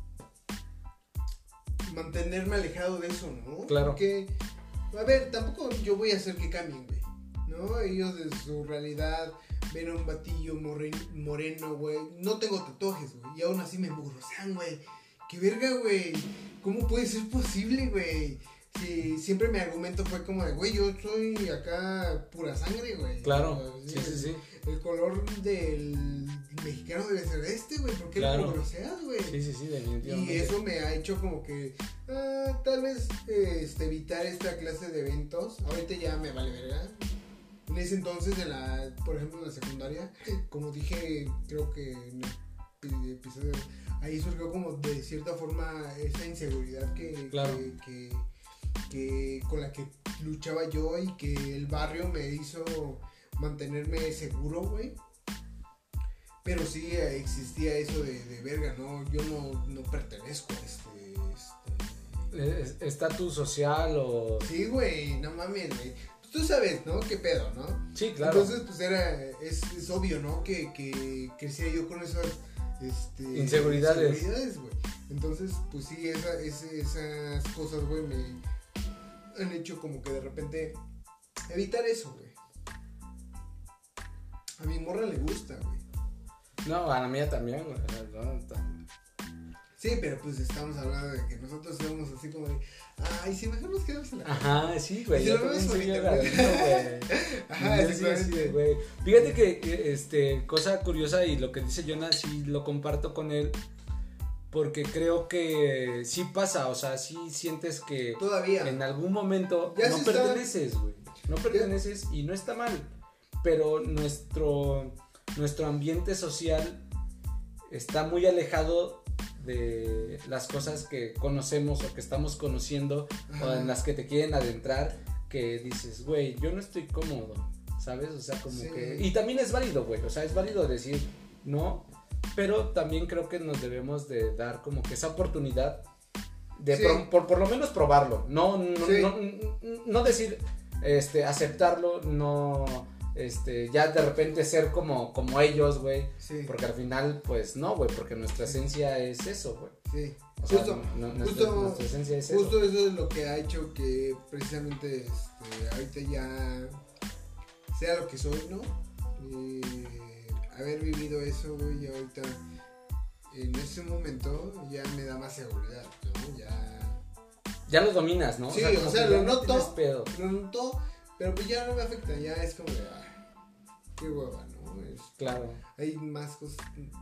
mantenerme alejado de eso, ¿no? Claro. Porque, a ver, tampoco yo voy a hacer que cambien, güey, ¿no? Ellos de su realidad ven a un batillo moreno, moreno, güey. No tengo tatuajes, güey, y aún así me mugrosean, güey. ¡Qué verga, güey! ¿Cómo puede ser posible, güey? Sí, siempre mi argumento fue como de, güey, yo soy acá pura sangre, güey. Claro, ¿sí? sí, sí, sí. El color del mexicano debe ser este, güey, ¿por qué claro. lo groseas, güey? Sí, sí, sí, definitivamente. Y eso me ha hecho como que, ah, tal vez, eh, este, evitar esta clase de eventos. Ahorita ya me vale verga. En ese entonces, en la, por ejemplo, en la secundaria, como dije, creo que en el episodio, ahí surgió como de cierta forma esa inseguridad que, claro. que, que que con la que luchaba yo y que el barrio me hizo mantenerme seguro, güey. Pero sí existía eso de, de verga, ¿no? Yo no, no pertenezco a este, este... ¿Estatus social o...? Sí, güey, no mames, güey. Pues tú sabes, ¿no? ¿Qué pedo, no? Sí, claro. Entonces, pues era, es, es obvio, ¿no? Que, que crecía yo con esas... Este, inseguridades. Inseguridades, güey. Entonces, pues sí, esa, ese, esas cosas, güey, me... han hecho como que de repente evitar eso, güey. A mi morra le gusta, güey. No, a la mía también, güey. No, sí, pero pues estamos hablando de que nosotros íbamos así como de, ay, si mejor nos quedamos en la casa. Ajá, sí, güey. Si lo vemos bonito, güey. Ajá, sí, sí, güey. Fíjate que, este, cosa curiosa y lo que dice Jonas, sí lo comparto con él. Porque creo que sí pasa, o sea, sí sientes que todavía en algún momento ya no perteneces, güey. No perteneces ya. Y no está mal. Pero nuestro, nuestro ambiente social está muy alejado de las cosas que conocemos o que estamos conociendo. Ajá. O en las que te quieren adentrar, que dices, güey, yo no estoy cómodo, ¿sabes? O sea, como sí. que... Y también es válido, güey, o sea, es válido decir no. Pero también creo que nos debemos de dar como que esa oportunidad de Sí. pro- por, por lo menos probarlo, no, no, Sí. no, no decir, este, aceptarlo, no, este, ya de repente ser como, como ellos, güey, Sí. porque al final, pues, no, güey, porque nuestra esencia es eso, güey. Sí. O sea, Justo, no- no- nuestra, justo, nuestra esencia es justo eso. eso es lo que ha hecho que precisamente este, ahorita ya sea lo que soy, ¿no? Eh, haber vivido eso, güey, y ahorita en ese momento ya me da más seguridad, ¿no? Ya Ya lo dominas, ¿no? Sí, como o sea, que lo ya no noto. tienes pedo. lo noto, pero pues ya no me afecta, ya es como de, ay, qué hueva, ¿no? Es- Claro. hay más cosas,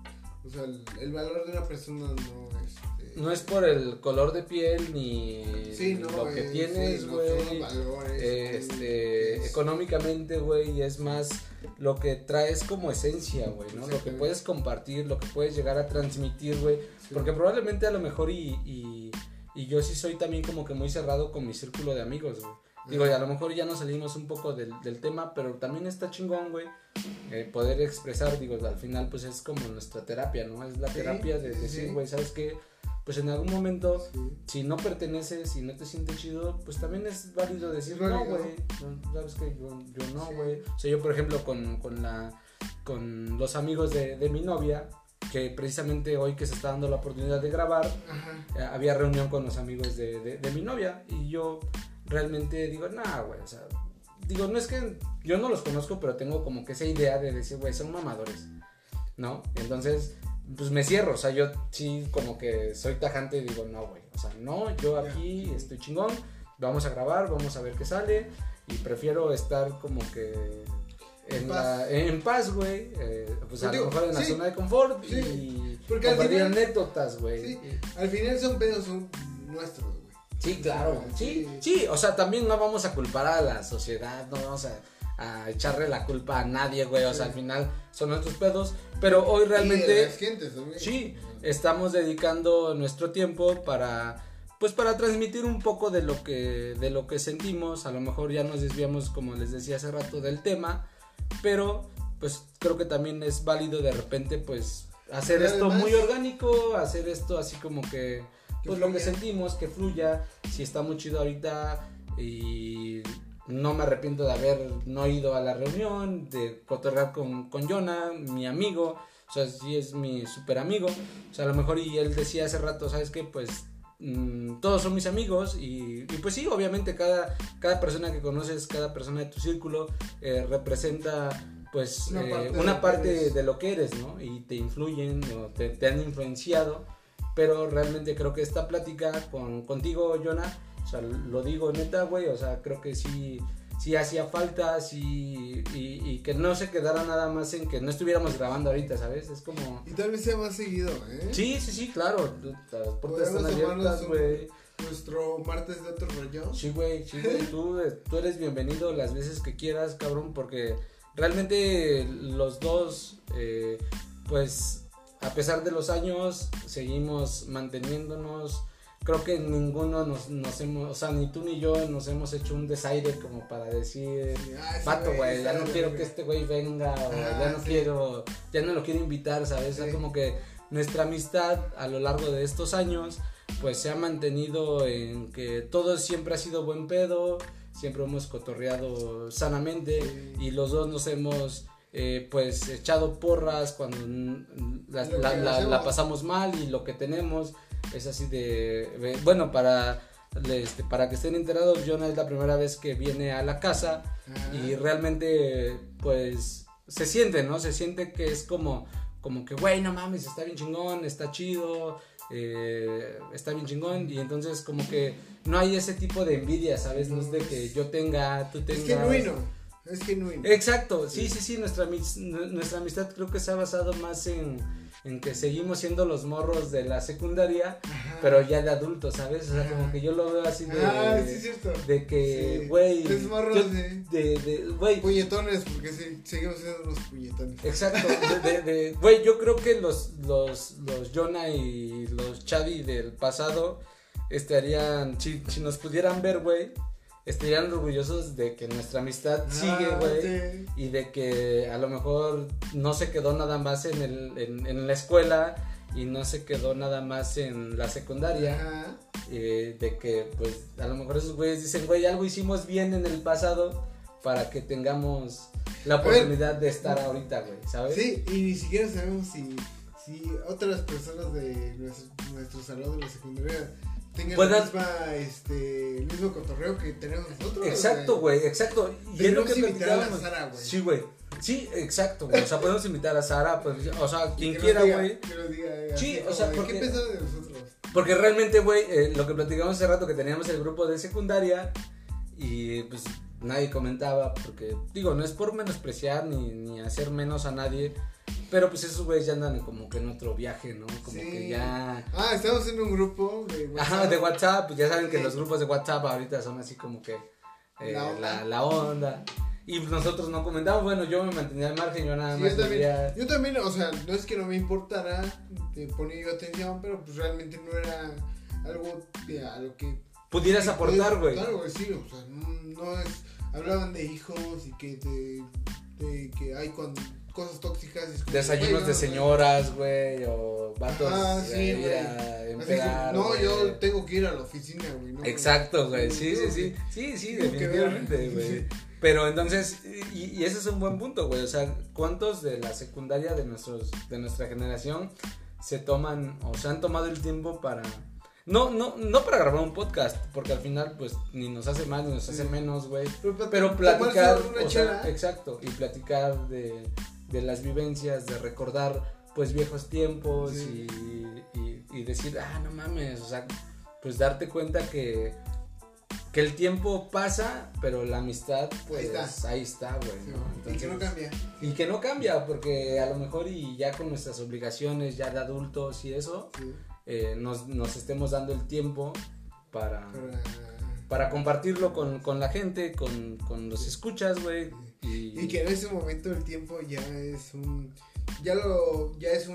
o sea, el, el valor de una persona no, este, No es por el color de piel ni sí, no, lo que eh, tienes, sí, no, güey. son los valores, Eh, son- este, es- económicamente, güey, es más lo que traes como esencia, güey, ¿no? Lo que Exactamente. puedes compartir, lo que puedes llegar a transmitir, güey. sí. Porque probablemente a lo mejor y, y, y yo sí soy también como que muy cerrado con mi círculo de amigos, güey. Digo, y a lo mejor ya nos salimos un poco del, del tema, pero también está chingón, güey, eh, poder expresar, digo, al final pues es como nuestra terapia, ¿no? Es la Sí, terapia de sí, decir, sí. güey, ¿sabes qué? Pues en algún momento, Sí. si no perteneces, si no te sientes chido, pues también es válido decir, Es válido. no, güey, no, ¿sabes qué? Yo, yo no, Sí. güey. O sea, yo, por ejemplo, con, con, la, con los amigos de, de mi novia, que precisamente hoy que se está dando la oportunidad de grabar, Ajá. eh, había reunión con los amigos de, de, de mi novia y yo realmente digo, nah, güey, o sea, digo, no es que yo no los conozco, pero tengo como que esa idea de decir, güey, son mamadores, ¿no? Entonces, pues me cierro, o sea, yo sí como que soy tajante y digo, no, güey, o sea, no, yo aquí estoy chingón, vamos a grabar, vamos a ver qué sale y prefiero estar como que en, En la, paz. en paz, güey, eh, pues a Digo, lo mejor en la sí, zona de confort sí, y porque al compartir final- anécdotas, güey. Sí, Y- al final son pedos, son nuestros, güey. Sí, claro, sí, sí, o sea, también no vamos a culpar a la sociedad, no vamos a, a echarle la culpa a nadie, güey, o sea, al final son nuestros pedos, pero hoy Y de realmente, las gentes también. sí, estamos dedicando nuestro tiempo para, pues para transmitir un poco de lo que, de lo que sentimos, a lo mejor ya nos desviamos, como les decía hace rato, del tema, pero, pues, creo que también es válido de repente, pues, hacer Pero esto además- muy orgánico, hacer esto así como que Que pues lo que fluya. sentimos, que fluya, si está muy chido ahorita y no me arrepiento de haber no ido a la reunión, de cotorrear con, con Jonah, mi amigo, o sea, sí es mi super amigo, o sea, a lo mejor y él decía hace rato, ¿sabes qué? Pues mmm, todos son mis amigos y, y pues sí, obviamente cada, cada persona que conoces, cada persona de tu círculo eh, representa pues Una eh, parte de una lo que parte eres. de lo que eres, ¿no? Y te influyen o te, te han influenciado. Pero realmente creo que esta plática con, contigo, Jonah, o sea, lo digo neta, güey, o sea, creo que sí, sí hacía falta, sí, y, y que no se quedara nada más en que no estuviéramos grabando ahorita, ¿sabes? Es como... Y tal vez sea más seguido, ¿eh? Sí, sí, sí, claro, las puertas están Podemos abiertas, tomarnos un- güey. Nuestro martes de otro rollo. Sí, güey, sí, güey, tú, tú eres bienvenido las veces que quieras, cabrón, porque realmente los dos, eh, pues, a pesar de los años, seguimos manteniéndonos. Creo que ninguno nos, nos hemos, o sea, ni tú ni yo nos hemos hecho un desaire como para decir, Ah, sí, vato, güey, ya está no bien, quiero güey. que este güey venga, o Ah, ya no sí. quiero, ya no lo quiero invitar, ¿sabes? O sea, Sí. como que nuestra amistad a lo largo de estos años, pues se ha mantenido en que todo siempre ha sido buen pedo, siempre hemos cotorreado sanamente Sí. y los dos nos hemos eh, pues echado porras cuando mm, la, Lo que la- la- hacemos. la pasamos mal y lo que tenemos es así de, de- bueno, para este, para que estén enterados, Jonah es la primera vez que viene a la casa Ah, y realmente pues se siente, ¿no? Se siente que es como como que güey, no mames, está bien chingón, está chido, eh, está bien chingón y entonces como que no hay ese tipo de envidia, ¿sabes? No es de que yo tenga, tú es tengas. genuino. Es genuino. Exacto, sí, sí, sí, nuestra, amis- nuestra amistad creo que se ha basado más en, en que seguimos siendo los morros de la secundaria, Ajá. pero ya de adultos, ¿sabes? O sea, Ajá. como que yo lo veo así de... Ah, sí, es cierto. de que, Sí. güey... Es morros yo- de- de... de, güey, Puñetones, porque sí, seguimos siendo unos puñetones. exacto, de, de, de- güey, yo creo que los, los, los Jonah y los Chavi del pasado estarían, si, si nos pudieran ver, güey, estarían orgullosos de que nuestra amistad sigue, Ah, güey. sí. Y de que a lo mejor no se quedó nada más en, el, en, en la escuela y no se quedó nada más en la secundaria. Ajá. eh, de que pues a lo mejor esos güeyes dicen, güey, algo hicimos bien en el pasado para que tengamos la oportunidad de estar ahorita, güey, ¿sabes? Sí, y ni siquiera sabemos si, si otras personas de nuestro, nuestro salón de la secundaria tengan pues la misma, este, el mismo cotorreo que tenemos nosotros. Exacto, güey, exacto. Y es lo que platicábamos. Sí, güey. Sí, exacto, güey. O sea, podemos invitar a Sara, pues, o sea, quien quiera, güey. Sí, o sea, porque, ¿qué pensaron de nosotros? Porque realmente, güey, eh, lo que platicamos hace rato, que teníamos el grupo de secundaria y pues nadie comentaba, porque, digo, no es por menospreciar ni, ni hacer menos a nadie, pero pues esos güeyes ya andan como que en otro viaje, ¿no? Como sí. que ya... Ah, estamos en un grupo de WhatsApp. Ajá, de WhatsApp, pues ya saben que sí. los grupos de WhatsApp ahorita son así como que eh, la, onda. La, la onda. Y nosotros no comentamos, bueno, yo me mantenía al margen, yo nada sí, más yo también, veía... yo también, o sea, no es que no me importara, te ponía yo atención, pero pues realmente no era algo de, a lo que... Pudieras que aportar, güey. Claro, güey, sí, o sea, no, no es... Hablaban de hijos y que de, de que hay cuando... cosas tóxicas. Desayunos de señoras, güey, o vatos. Ah, sí, eh, güey. A empedar, no, güey. yo tengo que ir a la oficina, güey. No, exacto, güey, sí, sí, sí, sí, sí, definitivamente, güey. Pero entonces, y, y ese es un buen punto, güey, o sea, ¿cuántos de la secundaria de nuestros, de nuestra generación se toman, o se han tomado el tiempo para... No, no, no para grabar un podcast, porque al final, pues, ni nos hace más, ni nos hace sí. menos, güey. Pero, pero platicar, o sea, exacto, y platicar de, de las vivencias, de recordar, pues, viejos tiempos sí. y, y, y decir, ah, no mames, o sea, pues, darte cuenta que, que el tiempo pasa, pero la amistad, pues, ahí está, güey, sí, ¿no? Entonces, y que no cambia. Y que no cambia, porque a lo mejor y ya con nuestras obligaciones, ya de adultos y eso... Sí. Eh, nos, nos estemos dando el tiempo para, para... para compartirlo con, con la gente, con, con los escuchas, güey. Y... y que en ese momento el tiempo ya es un... Ya lo... Ya es un...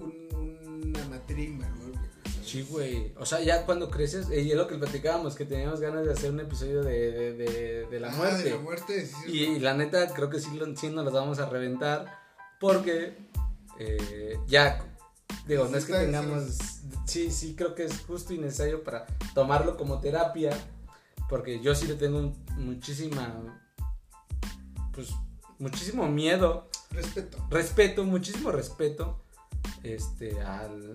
un una materia invaluable, güey. Sí, güey. O sea, ya cuando creces... Y es lo que platicábamos, que teníamos ganas de hacer un episodio de, de, de, de la ah, muerte. de la muerte, sí. Y, y la neta, creo que sí, sí nos los vamos a reventar. Porque... Eh, ya... Digo, no es que tengamos... Sí, sí, creo que es justo y necesario para tomarlo como terapia, porque yo sí le tengo muchísima, pues, muchísimo miedo. Respeto. Respeto, muchísimo respeto, este, al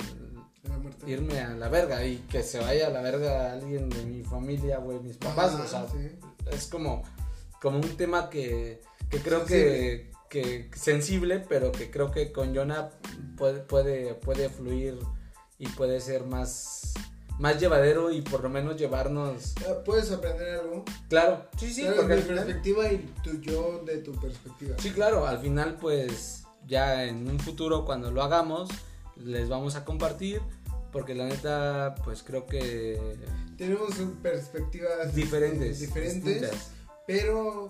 irme a la verga y que se vaya a la verga alguien de mi familia, güey, mis papás, ah, o sea, sí. es como, como un tema que, que creo sí, que... Sí. que sensible, pero que creo que con Jonah puede, puede, puede fluir y puede ser más, más llevadero y por lo menos llevarnos... ¿Puedes aprender algo? Claro, sí, sí. Claro, porque mi perspectiva final... y tu yo de tu perspectiva. Sí, claro, al final pues ya en un futuro cuando lo hagamos les vamos a compartir, porque la neta pues creo que... Tenemos perspectivas diferentes, diferentes distintas. Pero...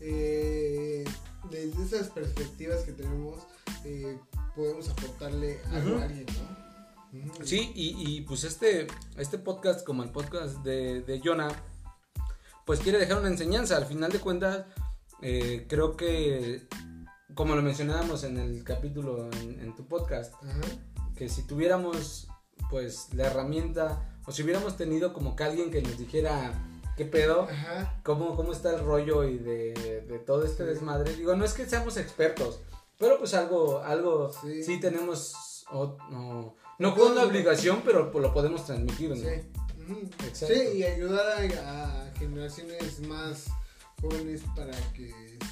Eh... desde esas perspectivas que tenemos eh, podemos aportarle algo uh-huh. a alguien, ¿no? Uh-huh. Sí, y, y pues este, este podcast, como el podcast de, de Jonah, pues quiere dejar una enseñanza. Al final de cuentas, eh, creo que, como lo mencionábamos en el capítulo en, en tu podcast, uh-huh. que si tuviéramos pues la herramienta, o si hubiéramos tenido como que alguien que nos dijera... ¿Qué pedo? Ajá. ¿Cómo, ¿Cómo está el rollo y de, de todo este sí. desmadre? Digo, no es que seamos expertos, pero pues algo, algo sí, sí tenemos, o, no, no con la obligación, pero pues lo podemos transmitir, ¿no? Sí. Uh-huh. Exacto. Sí, y ayudar a, a generaciones más jóvenes para que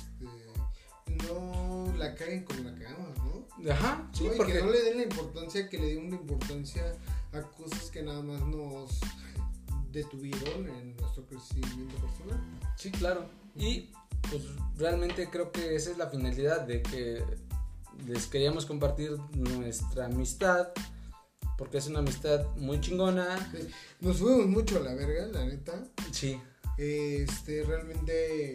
este, no la caguen como la cagamos, ¿no? Ajá, sí, ¿no? Y porque... que no le den la importancia, que le den una importancia a cosas que nada más nos... detuvieron en nuestro crecimiento personal. Sí, claro. Y pues realmente creo que esa es la finalidad de que les queríamos compartir nuestra amistad, porque es una amistad muy chingona. Sí. Nos fuimos mucho a la verga, la neta. Sí. Este, realmente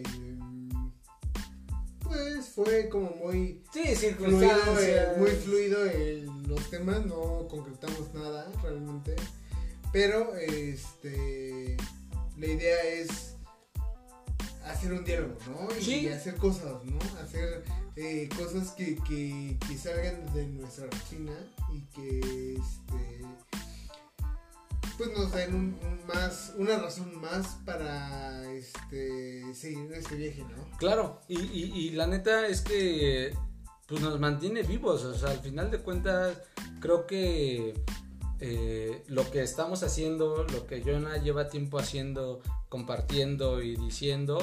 pues fue como muy sí, fluido, eh, muy fluido en los temas, no concretamos nada realmente. Pero este la idea es hacer un diálogo, ¿no? Y, ¿sí? y hacer cosas, ¿no? Hacer eh, cosas que, que, que salgan de nuestra rutina y que este pues nos den un, un más, una razón más para este seguir en este viaje, ¿no? Claro, y, y, y la neta es que pues nos mantiene vivos, o sea, al final de cuentas creo que eh, lo que estamos haciendo, lo que Jonah lleva tiempo haciendo, compartiendo y diciendo,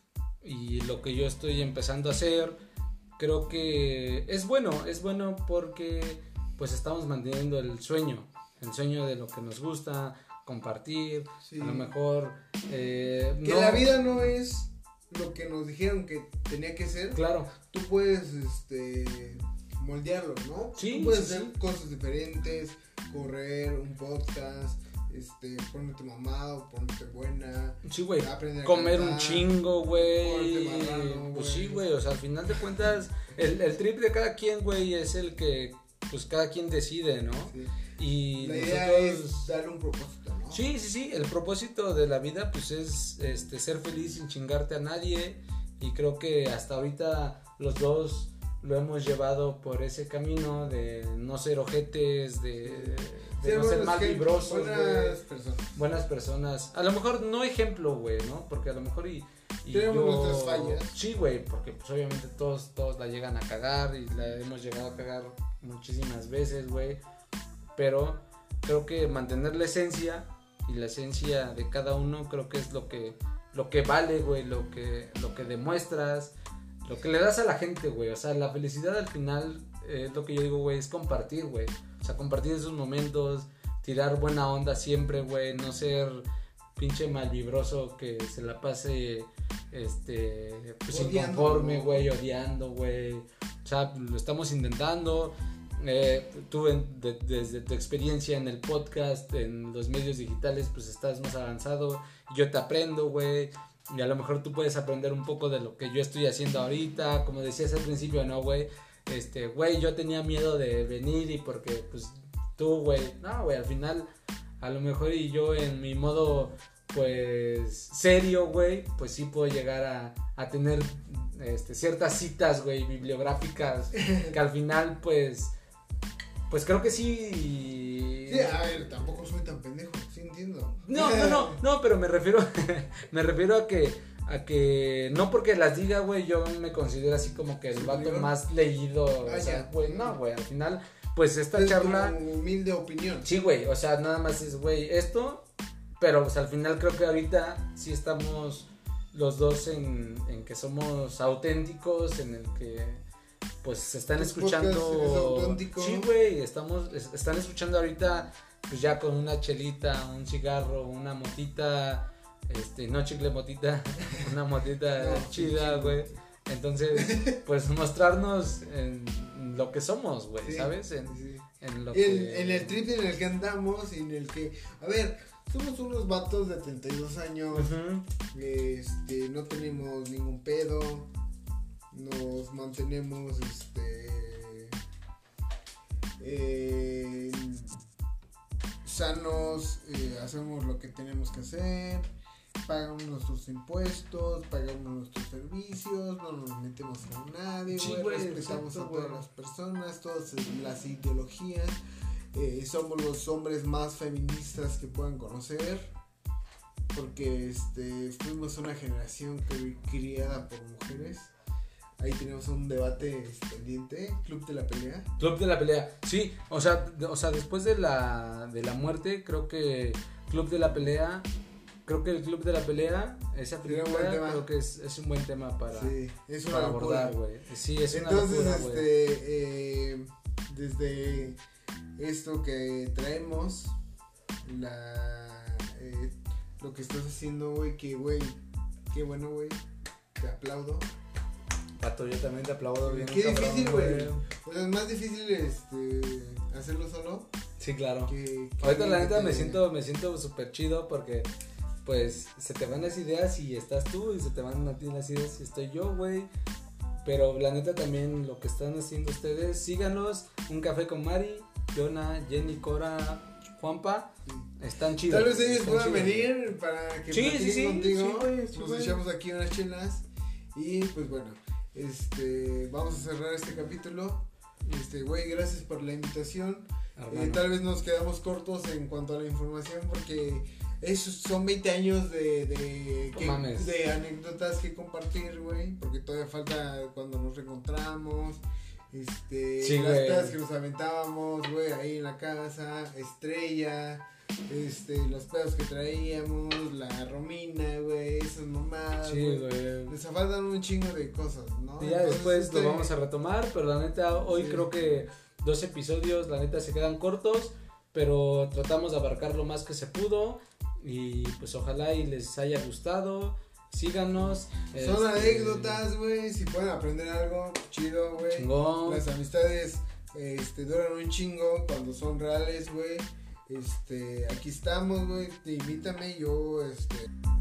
y lo que yo estoy empezando a hacer, creo que es bueno, es bueno porque pues estamos manteniendo el sueño, el sueño de lo que nos gusta, compartir, sí. A lo mejor eh, que no, la vida no es lo que nos dijeron que tenía que ser. Claro. Tú puedes este moldearlo, ¿no? Sí, tú puedes sí, hacer sí. cosas diferentes, correr, un podcast, este, ponerte mamado, ponerte buena. Sí, güey. Comer cantar, un chingo, güey. Marrano, pues sí, güey. O sea, al final de cuentas, el, el trip de cada quien, güey, es el que, pues cada quien decide, ¿no? Sí. Y la nosotros... idea es darle un propósito, ¿no? Sí, sí, sí. El propósito de la vida, pues es este ser feliz sin chingarte a nadie. Y creo que hasta ahorita los dos lo hemos llevado por ese camino de no ser ojetes, de, de sí, no ser mal vibrosos, buenas personas. Buenas personas. A lo mejor no ejemplo, güey, ¿no? Porque a lo mejor y, y tenemos yo... nuestras fallas. Sí, güey, porque pues obviamente todos, todos la llegan a cagar y la hemos llegado a cagar muchísimas veces, güey. Pero creo que mantener la esencia y la esencia de cada uno creo que es lo que, lo que vale, güey, lo que, lo que demuestras. Lo que le das a la gente, güey, o sea, la felicidad al final, eh, es lo que yo digo, güey, es compartir, güey. O sea, compartir esos momentos, tirar buena onda siempre, güey, no ser pinche malvibroso que se la pase, este, pues inconforme, güey, odiando, güey. O sea, lo estamos intentando. Eh, tú en, de, desde tu experiencia en el podcast, en los medios digitales, pues estás más avanzado. Yo te aprendo, güey. Y a lo mejor tú puedes aprender un poco de lo que yo estoy haciendo ahorita. Como decías al principio, ¿no, güey? Este, güey, yo tenía miedo de venir y porque, pues, tú, güey. No, güey, al final, a lo mejor y yo en mi modo, pues, serio, güey, pues sí puedo llegar a, a tener este, ciertas citas, güey, bibliográficas que al final, pues, pues creo que sí. Sí, a ver, tampoco soy tan pendejo, sí entiendo. No, no, no, no, pero me refiero, me refiero a que, a que no porque las diga, güey, yo me considero así como que el vato más leído, ah, o sea, güey, no, güey, al final, pues esta es charla. Como humilde opinión. Sí, güey, o sea, nada más es, güey, esto, pero pues al final creo que ahorita sí estamos los dos en, en que somos auténticos, en el que pues se están escuchando. Sí, güey, estamos, están escuchando ahorita, pues ya con una chelita, un cigarro, una motita, este, no chicle motita, una motita no, chida, güey. Sí, sí. Entonces, pues mostrarnos en lo que somos, güey, sí, ¿sabes? En, sí. en lo en, que... en el trip en el que andamos, en el que, a ver, somos unos vatos de treinta y dos años, uh-huh. este, no tenemos ningún pedo. Nos mantenemos este eh, sanos, eh, hacemos lo que tenemos que hacer, pagamos nuestros impuestos, pagamos nuestros servicios, no nos metemos con nadie, sí, wey, wey, respetamos exacto, a todas wey. las personas, todas las ideologías, eh, somos los hombres más feministas que puedan conocer, porque este fuimos una generación que, criada por mujeres. Ahí tenemos un debate pendiente, Club de la Pelea. Club de la Pelea, sí, o sea, o sea, después de la de la muerte, creo que Club de la Pelea, creo que el Club de la Pelea, esa película, creo que es, es un buen tema para, sí, es una para locura. abordar, güey. Sí, es Entonces, una locura, este, eh, desde esto que traemos, la, eh, lo que estás haciendo, güey, que, güey, qué bueno, güey, te aplaudo. Pato, yo también te aplaudo bien. Qué cabrón, difícil, güey. O sea, es más difícil este hacerlo solo. Sí, claro. Que, que ahorita la neta me siento me siento súper chido porque pues se te van las ideas y estás tú y se te van a ti las ideas y estoy yo, güey. Pero la neta también lo que están haciendo ustedes, síganos, Un Café con Mari, Jonah, Jenny, Cora, Juanpa, están chidos. Tal vez ellos puedan venir para que sí, platiquen sí, sí, contigo. Sí, güey, sí, nos güey. echamos aquí unas chelas y pues bueno. Este, vamos a cerrar este capítulo. Este, güey, gracias por la invitación. eh, tal vez nos quedamos cortos en cuanto a la información porque esos son veinte años de de, No que, mames. de anécdotas que compartir, güey, porque todavía falta cuando nos reencontramos, este, Sí, las güey. pedas que nos aventábamos, güey, ahí en la casa, Estrella, este, los pedos que traíamos, la Romina, güey, esas mamadas, Sí, güey. güey. Les faltan un chingo de cosas, ¿no? Y ya Entonces, después este, lo vamos a retomar, pero la neta, hoy Sí. creo que dos episodios, la neta, se quedan cortos, pero tratamos de abarcar lo más que se pudo y pues ojalá y les haya gustado, síganos. Son este, anécdotas, güey, si pueden aprender algo, chido, güey. Chingón. Las amistades, este, duran un chingo cuando son reales, güey. Este, aquí estamos, güey, invítame, yo, este...